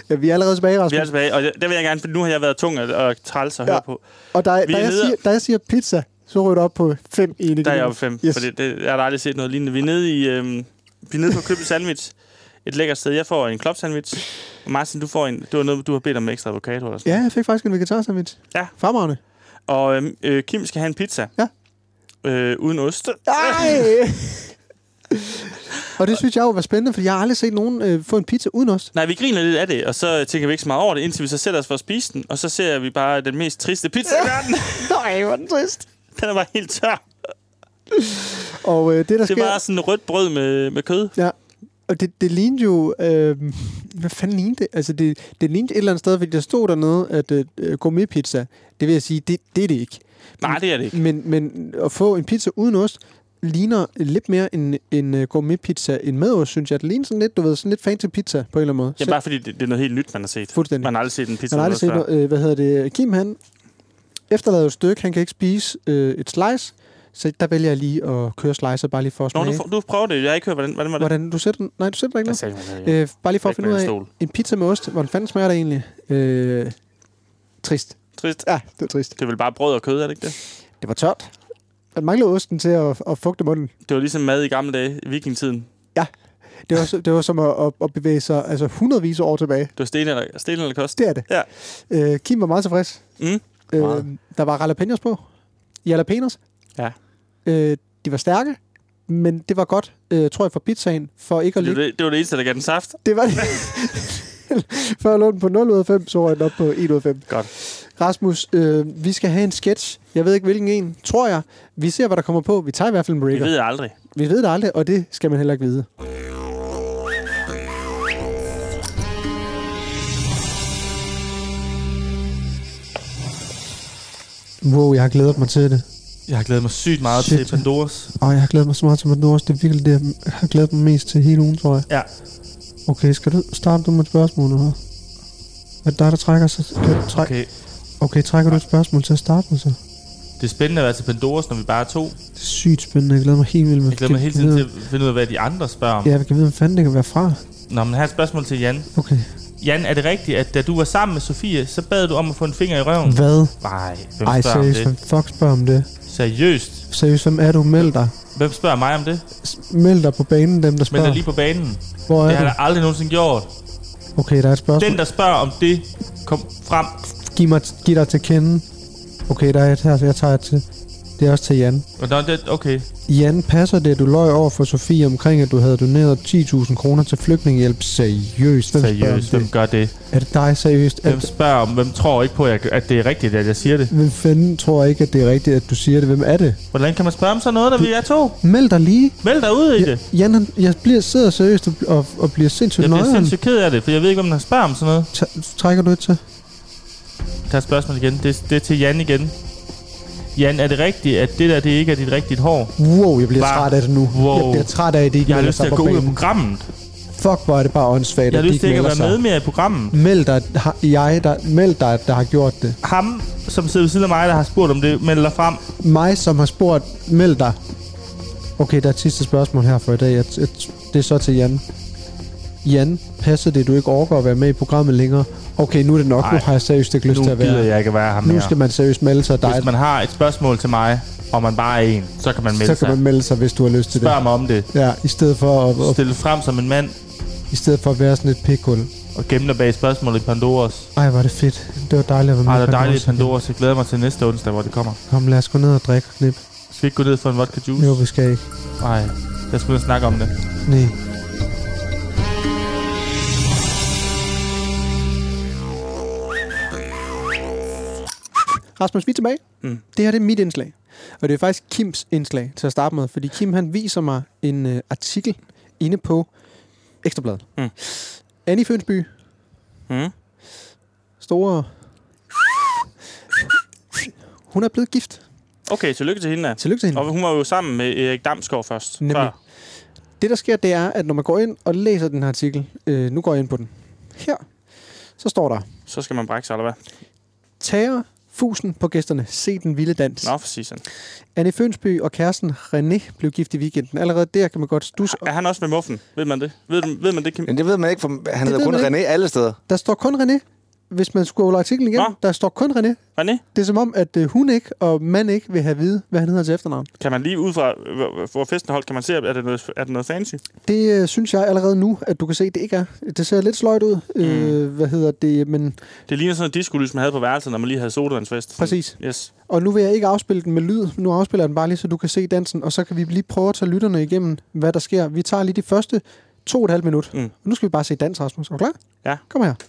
Ja, vi er allerede tilbage, Rasmus. Vi er tilbage, og det vil jeg gerne, for nu har jeg været tung og, og træls at ja. høre på. Og da, Vi da, er jeg nede- siger, da jeg siger pizza, så ryger du op på fem i en af Der er jeg dine- oppe fem, Yes. for det, det, jeg har aldrig set noget lignende. Vi er nede, i, øhm, vi er nede på at købe sandwich. Et lækkert sted. Jeg får en club sandwich. Og Martin, du får en... Det var noget, du har bedt om med ekstra avocado eller sådan. Ja, jeg fik faktisk en vegetar-sandwich. Ja. Fremragende. Og øhm, øh, Kim skal have en pizza. Ja. Øh, uden ost. Ej! Og det synes jeg jo var spændende, for jeg har aldrig set nogen øh, få en pizza uden ost. Nej, vi griner lidt af det, og så tænker vi ikke så meget over det, indtil vi så sætter os for at spise den. Og så ser vi bare den mest triste pizza i verden. Nej, hvor er den trist. Den er bare helt tør. Og øh, det, der Det sker... var sådan rødt brød med, med kød. Ja, og det, det lignede jo... Øh, hvad fanden lignede det? Altså, det, det lignede et eller andet sted, fordi der stod dernede, at øh, gourmetpizza, det vil jeg sige, det, det er det ikke. Nej, det er det ikke. Men, men at få en pizza uden ost, ligner lidt mere en, en uh, gourmetpizza end med ost, synes jeg. Det ligner sådan lidt, du ved, sådan lidt fancy pizza på en eller anden måde. Ja, bare fordi det, det er noget helt nyt, man har set. Fuldstændig. Man har aldrig set en pizza Man har med aldrig ost set før. noget, øh, hvad hedder det, Kim han efterlader et stykke, han kan ikke spise øh, et slice, så der vælger jeg lige at køre slicer, bare lige for at Nå, smage. du, du prøver det. Jeg har ikke hørt, hvordan, hvordan var det? Hvordan, du sætter den? Nej, du sætter den ikke Jeg nu. sagde, man havde- Øh, bare lige for at Væk finde med ud en af, stol. en pizza med ost, hvordan fanden smager det egentlig? Øh, trist. Trist. Ja, det var trist. Det er vel bare brød og kød, er det ikke det? Det var tørt. Man manglede osten til at, at fugte munden. Det var ligesom mad i gamle dage, i vikingtiden. Det var, så- det var som at, at, at bevæge sig altså hundredvis af år tilbage. Det var sten eller, sten eller kost. Det er det. Ja. Øh, Kim var meget tilfreds. Mm. Øh, Meget. der var jalapenos på. Jalapenos. Ja. Øh, de var stærke, men det var godt, øh, tror jeg, for pizzaen, for ikke at Det, var ligge. det, det var det eneste, der gav den saft. Det var det. Før jeg lå den på nul ud af fem, så var den op på et ud af fem. Godt. Rasmus, øh, vi skal have en sketch. Jeg ved ikke, hvilken en. Tror jeg. Vi ser, hvad der kommer på. Vi tager i hvert fald en Vi breaker. ved aldrig. Vi ved det aldrig, og det skal man heller ikke vide. Wow, jeg har glædet mig til det. Jeg har glædet mig sygt meget Shit. til Pandoras. Og jeg har glædet mig så meget til Pandoras. Det er virkelig det, jeg har glædet mig mest til hele ugen, tror jeg. Ja. Okay, skal du starte du med et spørgsmål, eller hvad? Er det dig, der trækker sig? Kan du træk... okay. Okay. okay, trækker du et spørgsmål til at starte med, så? Det er spændende at være til Pandoras, når vi bare er to. Det er sygt spændende. Jeg glæder mig helt vildt med. Jeg glæder mig hele Kan tiden vide- til at finde ud af, hvad de andre spørger om. Ja, vi kan vide, hvad fanden det kan være fra. Nå, men her er et spørgsmål til Jan. Okay. Jan, er det rigtigt, at da du var sammen med Sofie, så bad du om at få en finger i røven? Hvad? Nej, hvem Ej, spørger om seriøst, hvem det? fuck spørger om det? Seriøst? Seriøst, hvem er du? Meld dig. Hvem spørger mig om det? S- Meld dig på banen, dem der Men spørger. der lige på banen. Hvor Det er har du? jeg aldrig nogensinde gjort. Okay, der er et spørgsmål. Den, der spørger om det, kom frem. Giv, mig, giv dig til kende. Okay, der er et her, så jeg tager et til. Det er også til Jan. Og nå, det, okay. Jan, passer det, at du løj over for Sofie omkring, at du havde doneret ti tusind kroner til flygtningehjælp? Seriøst? Hvem spørger om Seriøst, hvem det? gør det? Er det dig, seriøst? Hvem Er, spørger om, hvem tror ikke på, at jeg- at det er rigtigt, at jeg siger det? hvem fanden tror ikke, at det er rigtigt, at du siger det? Hvem er det? Hvordan kan man spørge om sådan noget, når vi er to? Meld dig lige. Vælg dig ud i Ja, det. Jan, han, jeg bliver, sidder seriøst og, og, og bliver sindssygt Jeg bliver nøjeren. sindssygt ked af det, for jeg ved ikke, om der spørger om sådan noget. Ta- Trækker du et til? Der er et spørgsmål igen. Det, det er til Jan igen. Jan, er det rigtigt, at det der, det ikke er dit rigtigt hår? Wow, jeg bliver Bare- træt af det nu. Wow. Jeg bliver træt af, at det ikke Jeg har melder lyst til sig at på gå ud af banen. programmet. Fuck, hvor er det bare åndssvagt, Jeg at har de lyst til ikke ikke at melder være med sig. mere i programmet. Meld dig, har, jeg, der, meld dig, der har gjort det. Ham, som sidder ved siden af mig, der har spurgt om det, melder frem. Mig, som har spurgt, meld dig. Okay, der er et sidste spørgsmål her for i dag. Jeg, jeg, det er så til Jan. Jan, passer det, du ikke orker at være med i programmet længere? Okay, nu er det nok. Ej, nu har jeg seriøst ikke lyst Nu til at gider være. jeg ikke at være ham Nu mere. skal man seriøst melde sig. Der er, Hvis man har et spørgsmål til mig, og man bare er en, så kan man melde så kan sig. man melde sig, hvis du har lyst til Spørg det. mig om det. Ja, i stedet for at, at, Stille frem som en mand, i stedet for at være sådan et pikhul. og gemme dig bag spørgsmålet i Pandoras. Ej, var det fedt. Det var dejligt at være med. Ej, det i er dejligt i Pandoras. Pandoras. Jeg glæder mig til næste onsdag, hvor det kommer. Kom, lad os gå ned og drikke og knip. Skal vi ikke gå ned for en vodka juice? Jo, vi skal ikke. Nej, jeg skal ud og snakke om det. Nej. Rasmus, vi er tilbage. Mm. Det her det er mit indslag. Og det er faktisk Kims indslag til at starte med. Fordi Kim han viser mig en uh, artikel inde på Ekstrabladet. Mm. Annie Fønsby. Mm. Store... Hun er blevet gift. Okay, tillykke til hende da. Tillykke til hende. Og hun var jo sammen med Erik Damsgaard først. Nemlig. Før. Det, der sker, det er, at når man går ind og læser den her artikel, øh, nu går jeg ind på den. Her, så står der, Så skal man brække sig, eller hvad? tager Fusen på gæsterne. Se den vilde dans. Nå, for season. Anne Fønsby og kæresten René blev gift i weekenden. Allerede der kan man godt stusse. Er han også med muffen? Ved man det? Ved, ved man det, Kim? Men det ved man ikke, for han Det hedder ved kun man René alle steder. Der står kun René. Hvis man scroller artiklen igen, Nå. der står kun René. René? Det er som om, at øh, hun ikke og mand ikke vil have at vide, hvad han hedder til efternavn. Kan man lige ud fra, hvor, hvor festen holdt, kan man se, er det noget, er det noget fancy? Det øh, synes jeg allerede nu, at du kan se, det ikke er. Det ser lidt sløjt ud. Mm. Øh, hvad hedder det? Men Det ligner sådan et diskolys, man havde på værelset, når man lige havde sodavandsfest. præcis. Yes. Og nu vil jeg ikke afspille den med lyd. Nu afspiller jeg den bare lige, så du kan se dansen. Og så kan vi lige prøve at tage lytterne igennem, hvad der sker. Vi tager lige de første to og et halvt minut. Mm. Nu skal vi bare se dans, Rasmus. Er du klar? Ja. Kom her.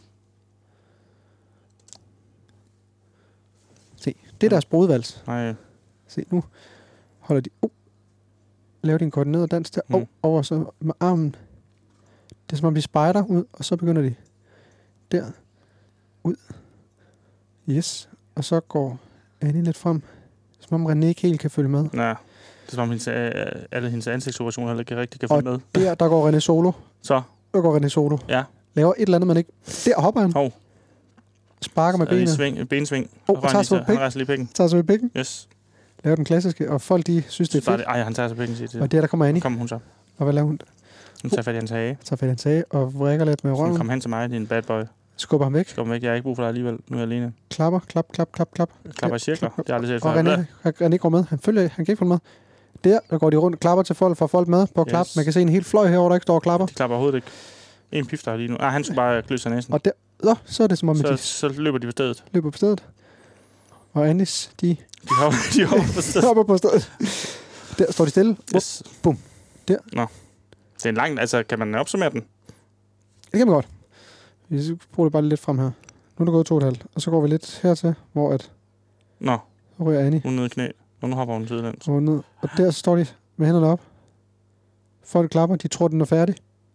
Se, det er deres brudvals. Nej. Se, nu holder de... Uh, laver de en koordineret dans der. Mm. Mm. Oh, over så med armen. Det er som om de spejder ud, og så begynder de der. Ud. Yes. Og så går Annie lidt frem. Som om René ikke helt kan følge med. Nej. Det er som om hendes, øh, alle hendes ansigtsoperationer heller ikke rigtig kan følge med. Og der, der går René solo. Så. Der går René solo. Ja. Laver et eller andet, man ikke... Der hopper han. Hov. Sparker med benet. Sving, bensving. Oh, Og han, tager lige, så han pik. rejser lige pikken. Tager sig ved pikken. Yes. Laver den klassiske, og folk de synes, det er Så bare fedt. det. Ej, han tager så pikken, siger det. Og der, der kommer Annie. Kom hun så. Og hvad laver hun? Hun tager fat i hans hage. Tager fat i hans hage og vrikker lidt med Så røven. kom hen til mig, din bad boy. Skubber ham væk. Kom væk, jeg har ikke brug for dig alligevel. Nu er jeg alene. Klapper, klap, klap, klap, klap. Klapper i cirkler. Det har jeg aldrig set Og før. René, René går med. Han følger, han kan ikke følge med. Der, der går de rundt og klapper til folk, for folk med på at Yes. klappe. Man kan se en helt fløj herovre, der ikke står og klapper. De klapper overhovedet ikke. En pifter lige nu. Ah, han skulle bare klø sig næsen. Og der, så, så er det som om, at Så, de så løber de på stedet. løber på stedet. Og Anis, de De hopper, de hopper på stedet. hopper på stedet. Der står de stille. Yes. Bum. Der. Nå. Det er en lang... Altså, kan man opsummere den? Det kan man godt. Vi bruger det bare lidt frem her. Nu er der gået to og et halvt. Og så går vi lidt hertil, hvor at... Nå, Så ryger Annie. hun er nede i knæ. Og nu hopper hun sidelæns. Og ned. Og der står de med hænderne op. Folk klapper. De tror, den er færdig.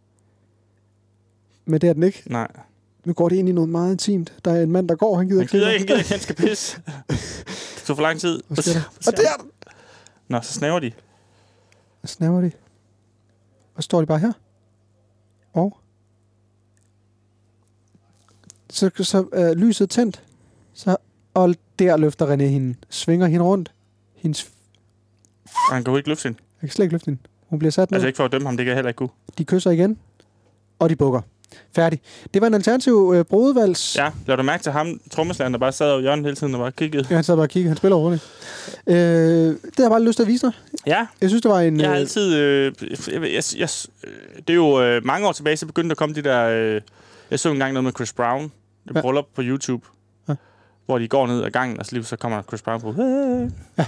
Men det er den ikke. Nej. Nu går det ind i noget meget intimt. Der er en mand, der går. Han gider Han ikke. gider ikke, han gider ikke, han skal pisse. Det tog for lang tid. Hvad sker der? Og der! Nå, så snaver de. Snaver de. Og står de bare her. Og så, så er lyset tændt. Så, og der løfter René hende. Svinger hende rundt. Hendes, Han kan jo ikke løfte hende. jeg kan slet ikke løfte hende. Hun bliver sat ned. Altså ikke for at dømme ham, det kan jeg heller ikke kunne. De kysser igen. Og de bukker. Færdig. Det var en alternativ øh, brudevals. Ja, lader du mærke til ham, trommeslageren, der bare sad over hjørnet hele tiden og bare kiggede. Ja, han sad bare og kiggede. Han spiller overhovedet ikke. Øh, det har jeg bare lyst til at vise dig. Ja, Jeg synes, det var en... jeg har øh, altid... Øh, jeg, jeg, jeg, det er jo øh, mange år tilbage, så begyndte der at komme de der... Øh, jeg så engang noget med Chris Brown. Det Ja. bryllup på YouTube. Ja. Hvor de går ned ad gangen, og så lige så kommer Chris Brown på. Ja.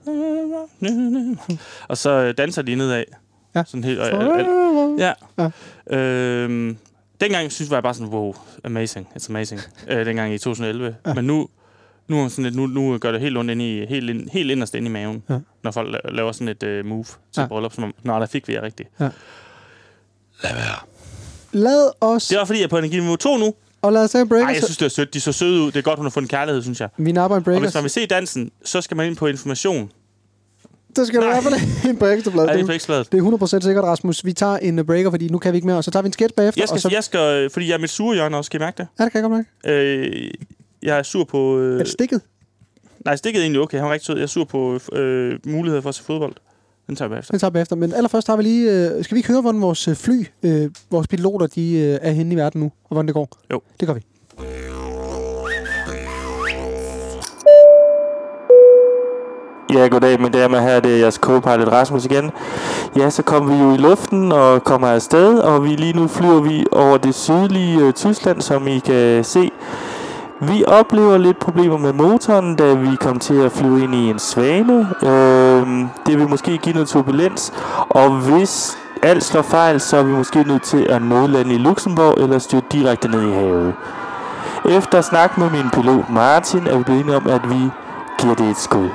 Og så øh, danser de nedad. Ja. Sådan helt... Øh, øh, ja. Ja. Øhm, dengang synes jeg var bare sådan, wow, amazing, it's amazing. Øh, dengang i to tusind og elleve. Ja. Men nu, nu, er sådan lidt, nu, nu gør det helt ondt ind i, helt, ind, helt inderst ind i maven, Ja. når folk la- laver sådan et uh, move til Ja. ja. bryllup, som om, nå, der fik vi jer rigtigt. Ja. Lad være. Lad os... Det er fordi, jeg er på energiniveau to nu. Og lad os tage en break. Ej, jeg synes, det er sødt. De så søde ud. Det er godt, hun har fundet kærlighed, synes jeg. Vi napper en break. Og hvis man vil se dansen, så skal man ind på information. Så skal du i Nej. hvert fald ind på Ekstrabladet. Ej, det er Det på Ekstrabladet. det er hundrede procent sikkert, Rasmus. Vi tager en uh, breaker, fordi nu kan vi ikke mere. Og så tager vi en sketch bagefter. Jeg skal, og så... jeg skal, fordi jeg er mit sure hjørne også, skal I mærke det? Ja, det kan jeg godt mærke. Øh, jeg er sur på... Øh, Er det stikket? nej, stikket er egentlig okay. Han var rigtig sød. Jeg er sur på øh, muligheder for at se fodbold. Den tager vi bagefter. Den tager vi bagefter. Men allerførst har vi lige... Uh, skal vi ikke høre, hvordan vores uh, fly, uh, vores piloter, de uh, er henne i verden nu? Og hvordan det går? Jo. Det gør vi. Ja, goddag mine damer og herrer, det er jeres co-pilot Rasmus igen. Ja, så kom vi jo i luften og kommer afsted, og vi lige nu flyver vi over det sydlige øh, Tyskland, som I kan se. Vi oplever lidt problemer med motoren, da vi kom til at flyve ind i en svane. Øh, det vil måske give noget turbulens, og hvis alt slår fejl, så er vi måske nødt til at nødlande i Luxembourg eller styre direkte ned i havet. Efter snak med min pilot Martin er vi blevet enige om, at vi giver det et skud.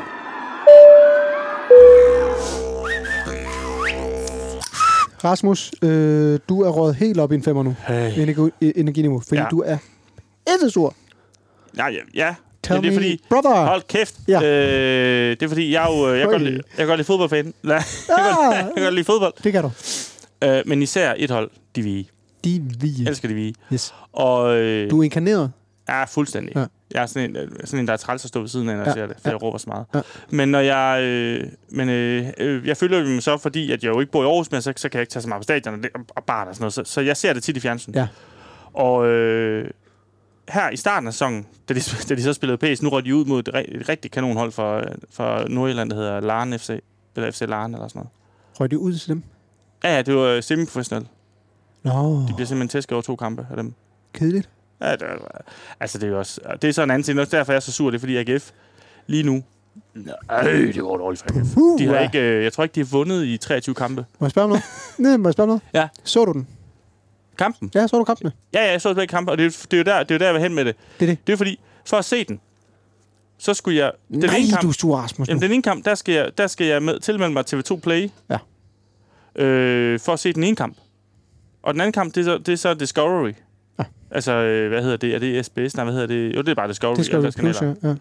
Rasmus, øh, du er røget helt op i en femmer nu. Hey. Energi- energiniveau. Fordi Ja. du er ættesur. Ja, ja, ja. Tell Ja, det er me, fordi, brother. hold kæft. Ja. Øh, det er fordi, jeg er jo, jeg kan godt lide, jeg kan godt lide fodboldfan. Nej, jeg, kan godt, jeg kan godt lide fodbold. Det kan du. Øh, men især et hold, de vige. De vi. Jeg elsker de vige. Yes. Og øh, Du er inkarneret. er fuldstændig. Ja. Jeg er sådan en, sådan en der er træls at stå ved siden af, når ja. jeg ser det, for ja. jeg råber så meget. Ja. Men når jeg... Øh, men øh, øh, jeg følger dem så, fordi at jeg jo ikke bor i Aarhus, men så, så kan jeg ikke tage så meget på stadion og, og bar og sådan noget. Så, så jeg ser det tit i fjernsyn. Ja. Og øh, her i starten af sæsonen, da de, da de så spillede P S, nu røg de ud mod et, et rigtig kanonhold for, for Nordjylland, der hedder Larne F C. Eller F C Larne eller sådan noget. Røg de ud til dem? Ja, ja, det var semiprofessionelt. Nå. De bliver simpelthen tæsket over to kampe af dem. Kedeligt. Ja, det, altså det er jo også... Det er så en anden ting. Derfor er jeg så sur, det er fordi A G F lige nu... Nej, det går dårligt for A G F. Uh, de har ja. ikke, øh, jeg tror ikke, de har vundet i treogtyve kampe. Må jeg spørge om noget? Nej, må jeg spørge om noget? Ja. Så du den? Kampen? Ja, så du kampene? Ja, ja, jeg så begge kampe, og det er, det er jo der, det er jo der, jeg var hen med det. Det er det. Det er fordi, for at se den, så skulle jeg... Den Nej, ene kamp, du er stor, Rasmus. Jamen, den ene kamp, der skal jeg, der skal jeg med, tilmelde mig T V to Play. Ja. Øh, for at se den ene kamp. Og den anden kamp, det er så, det er så Discovery. Ja. Altså, øh, hvad hedder det? Er det S B S? Nej, hvad hedder det? Jo, det er bare Discovery. Discovery Plus, ja. ja.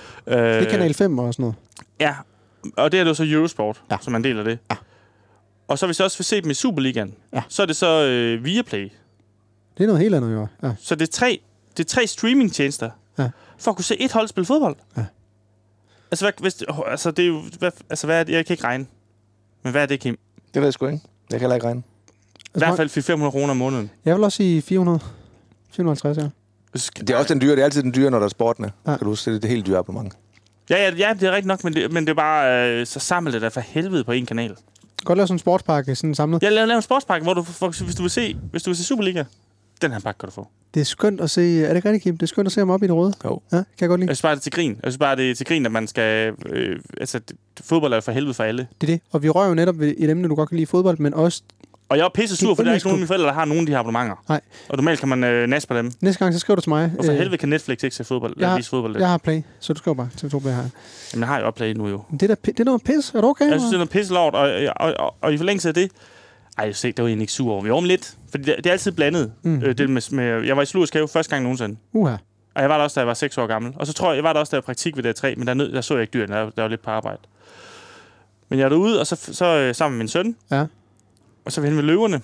Øh, det er kanal fem og sådan noget. Ja, og det er jo så Eurosport, ja. som er en del af det. Ja. Og så hvis jeg også vil se dem i Superligaen, ja. så er det så øh, Viaplay. Det er noget helt andet, jo. Ja. Så det er tre, det er tre streamingtjenester, ja. for at kunne se et hold spille fodbold. Ja. Altså, hvad, hvis, altså, det er jo, hvad, altså, hvad er det? Jeg kan ikke regne. Men hvad er det, Kim? Det ved jeg sgu ikke. Jeg kan heller ikke regne. I hvert fald fem hundrede kroner om måneden. Jeg vil også sige fire hundrede. fire hundrede og halvtreds, ja. Det er også den dyre. Det er altid den dyre, når der er sportene. Ja. Kan du huske, det er det helt dyre abonnement. Ja, ja, ja, det er rigtigt nok, men det, men det er bare... Øh, så samle det der for helvede på en kanal. Godt lave sådan en sportspakke, sådan samlet. Ja, lave, lave en sportspakke, hvor du, for, hvis du vil se, hvis du vil se Superliga, den her pakke kan du få. Det er skønt at se... Er det ikke rigtigt, Kim? Det er skønt at se ham op i det røde. Jo. Ja, kan jeg godt lide. Jeg synes bare, det er til grin. Jeg synes bare, det er til grin, at man skal... Øh, altså, det, fodbold er jo for helvede for alle. Det er det. Og vi rører jo netop ved et emne, du godt kan lide fodbold, men også... Og jeg er pisse sur, for der er ikke nogen af mine forældre, der har nogen af de her abonnementer. Nej. Og normalt kan man øh, næste på dem. Næste gang, så skriver du til mig. Og for helvede kan Netflix ikke se fodbold, jeg, vise fodbold lidt. Jeg har Play, så du skriver bare T V to Play her. Jamen, jeg har jo også Play nu jo. Det er, der, det er noget pis. Er du okay? Jeg synes, det er noget pisse lort, og, og, og, og i forlængelse af det... Ej, se, det var egentlig ikke sur over. Vi var om lidt, fordi det, det er altid blandet. Mm. Øh, det med, med, jeg var i Zoologisk Have første gang nogensinde. Uha. Og jeg var der også, da jeg var seks år gammel. Og så tror jeg, jeg var der også, da jeg var praktik ved D tre, men der, nød, der så jeg ikke dyrene, der, der var lidt på arbejde. Men jeg er derude, og så, så øh, sammen med min søn. Ja. Og så er vi hen ved løverne.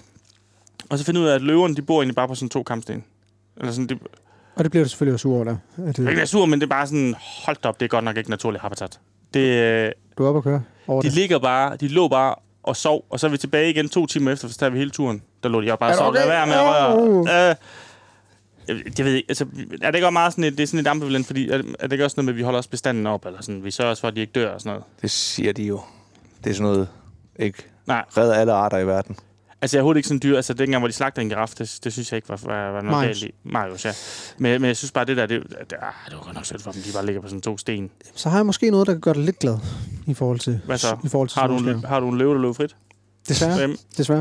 Og så finder jeg ud af, at løverne, de bor egentlig bare på sådan to kampsten. Eller sådan, de... Og det bliver du selvfølgelig også sur over der. Det er ikke sur, men det er bare sådan, hold op, det er godt nok ikke naturligt habitat. Det, øh... Du er oppe at køre over de det. ligger bare, de lå bare og sov, og så er vi tilbage igen to timer efter, så tager vi hele turen. Der lå de jo bare og sov. Okay? Lad være med at røre. Øh, jeg, jeg ved ikke, altså, er det ikke meget sådan et, det er sådan et ambivalent, fordi er, er det ikke også noget med, at vi holder os bestanden op, eller sådan, vi sørger også for, at de ikke dør og sådan noget? Det siger de jo. Det er sådan noget, ikke? Nej. Redder alle arter i verden. Altså, jeg er overhovedet ikke sådan dyr. Altså, dengang, hvor de slagtede en giraf, det, det synes jeg ikke var, var, var noget galt i. Marius, ja. Men, men jeg synes bare, det der, det, det, det, ah, det var godt nok sødt for dem, de bare ligger på sådan to sten. Så har jeg måske noget, der kan gøre dig lidt glad i forhold til... Hvad så? I forhold til har, du en, har du en løve, der løber frit? Desværre. Hvem? Desværre.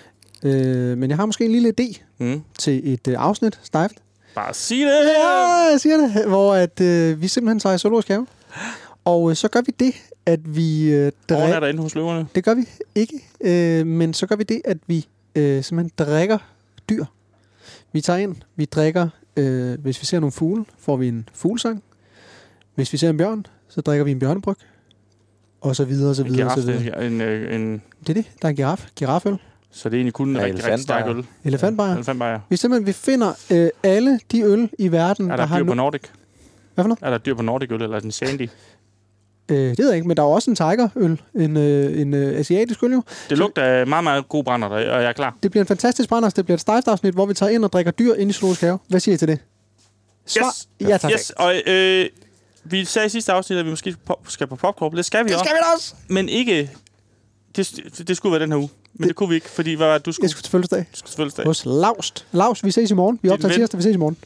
Øh, men jeg har måske en lille idé mm. til et øh, afsnit, Stejft. Bare sig det! Ja, jeg siger det. Hvor at, øh, vi simpelthen tager i Zoologisk Have. Og øh, så gør vi det, at vi... Øh, drik- Overnatter inde hos løverne? Det gør vi ikke. Øh, men så gør vi det, at vi øh, simpelthen drikker dyr. Vi tager ind, vi drikker... Øh, hvis vi ser nogle fugle, får vi en fuglesang. Hvis vi ser en bjørn, så drikker vi en bjørnebryg. Og så videre, og så videre, og så videre. En, en, en... Det er det. Der er en giraf. Giraføl. Så det er egentlig kun en ja, rigtig, rigtig stærk øl. Elefantbajer. Elefantbajer. Vi simpelthen vi finder øh, alle de øl i verden, er der, der der har... dyr på Nordic? Hvad for noget? Er der dyr på Nordic øl, eller en Shandy? Øh, det ved jeg ikke, men der er også en tigerøl. En, øh, en øh, asiatisk øl jo. Det lugter af meget, meget god brænder, og jeg er klar. Det bliver en fantastisk brænder. Det bliver et stejft-afsnit, hvor vi tager ind og drikker dyr ind i Zoologisk Have. Hvad siger I til det? Svar. Yes. Ja, tak. Yes. Og øh, vi sagde i sidste afsnit, at vi måske skal på popcorn. Det skal vi det også. Det skal vi også. Men ikke... Det, det skulle være den her uge. Men det, det kunne vi ikke, fordi hvad var du skulle... Jeg skulle til fødselsdag. Du skulle til fødselsdag. Hos Laust. Laust, vi ses i morgen. Vi optager tirsdag, vi ses i morgen.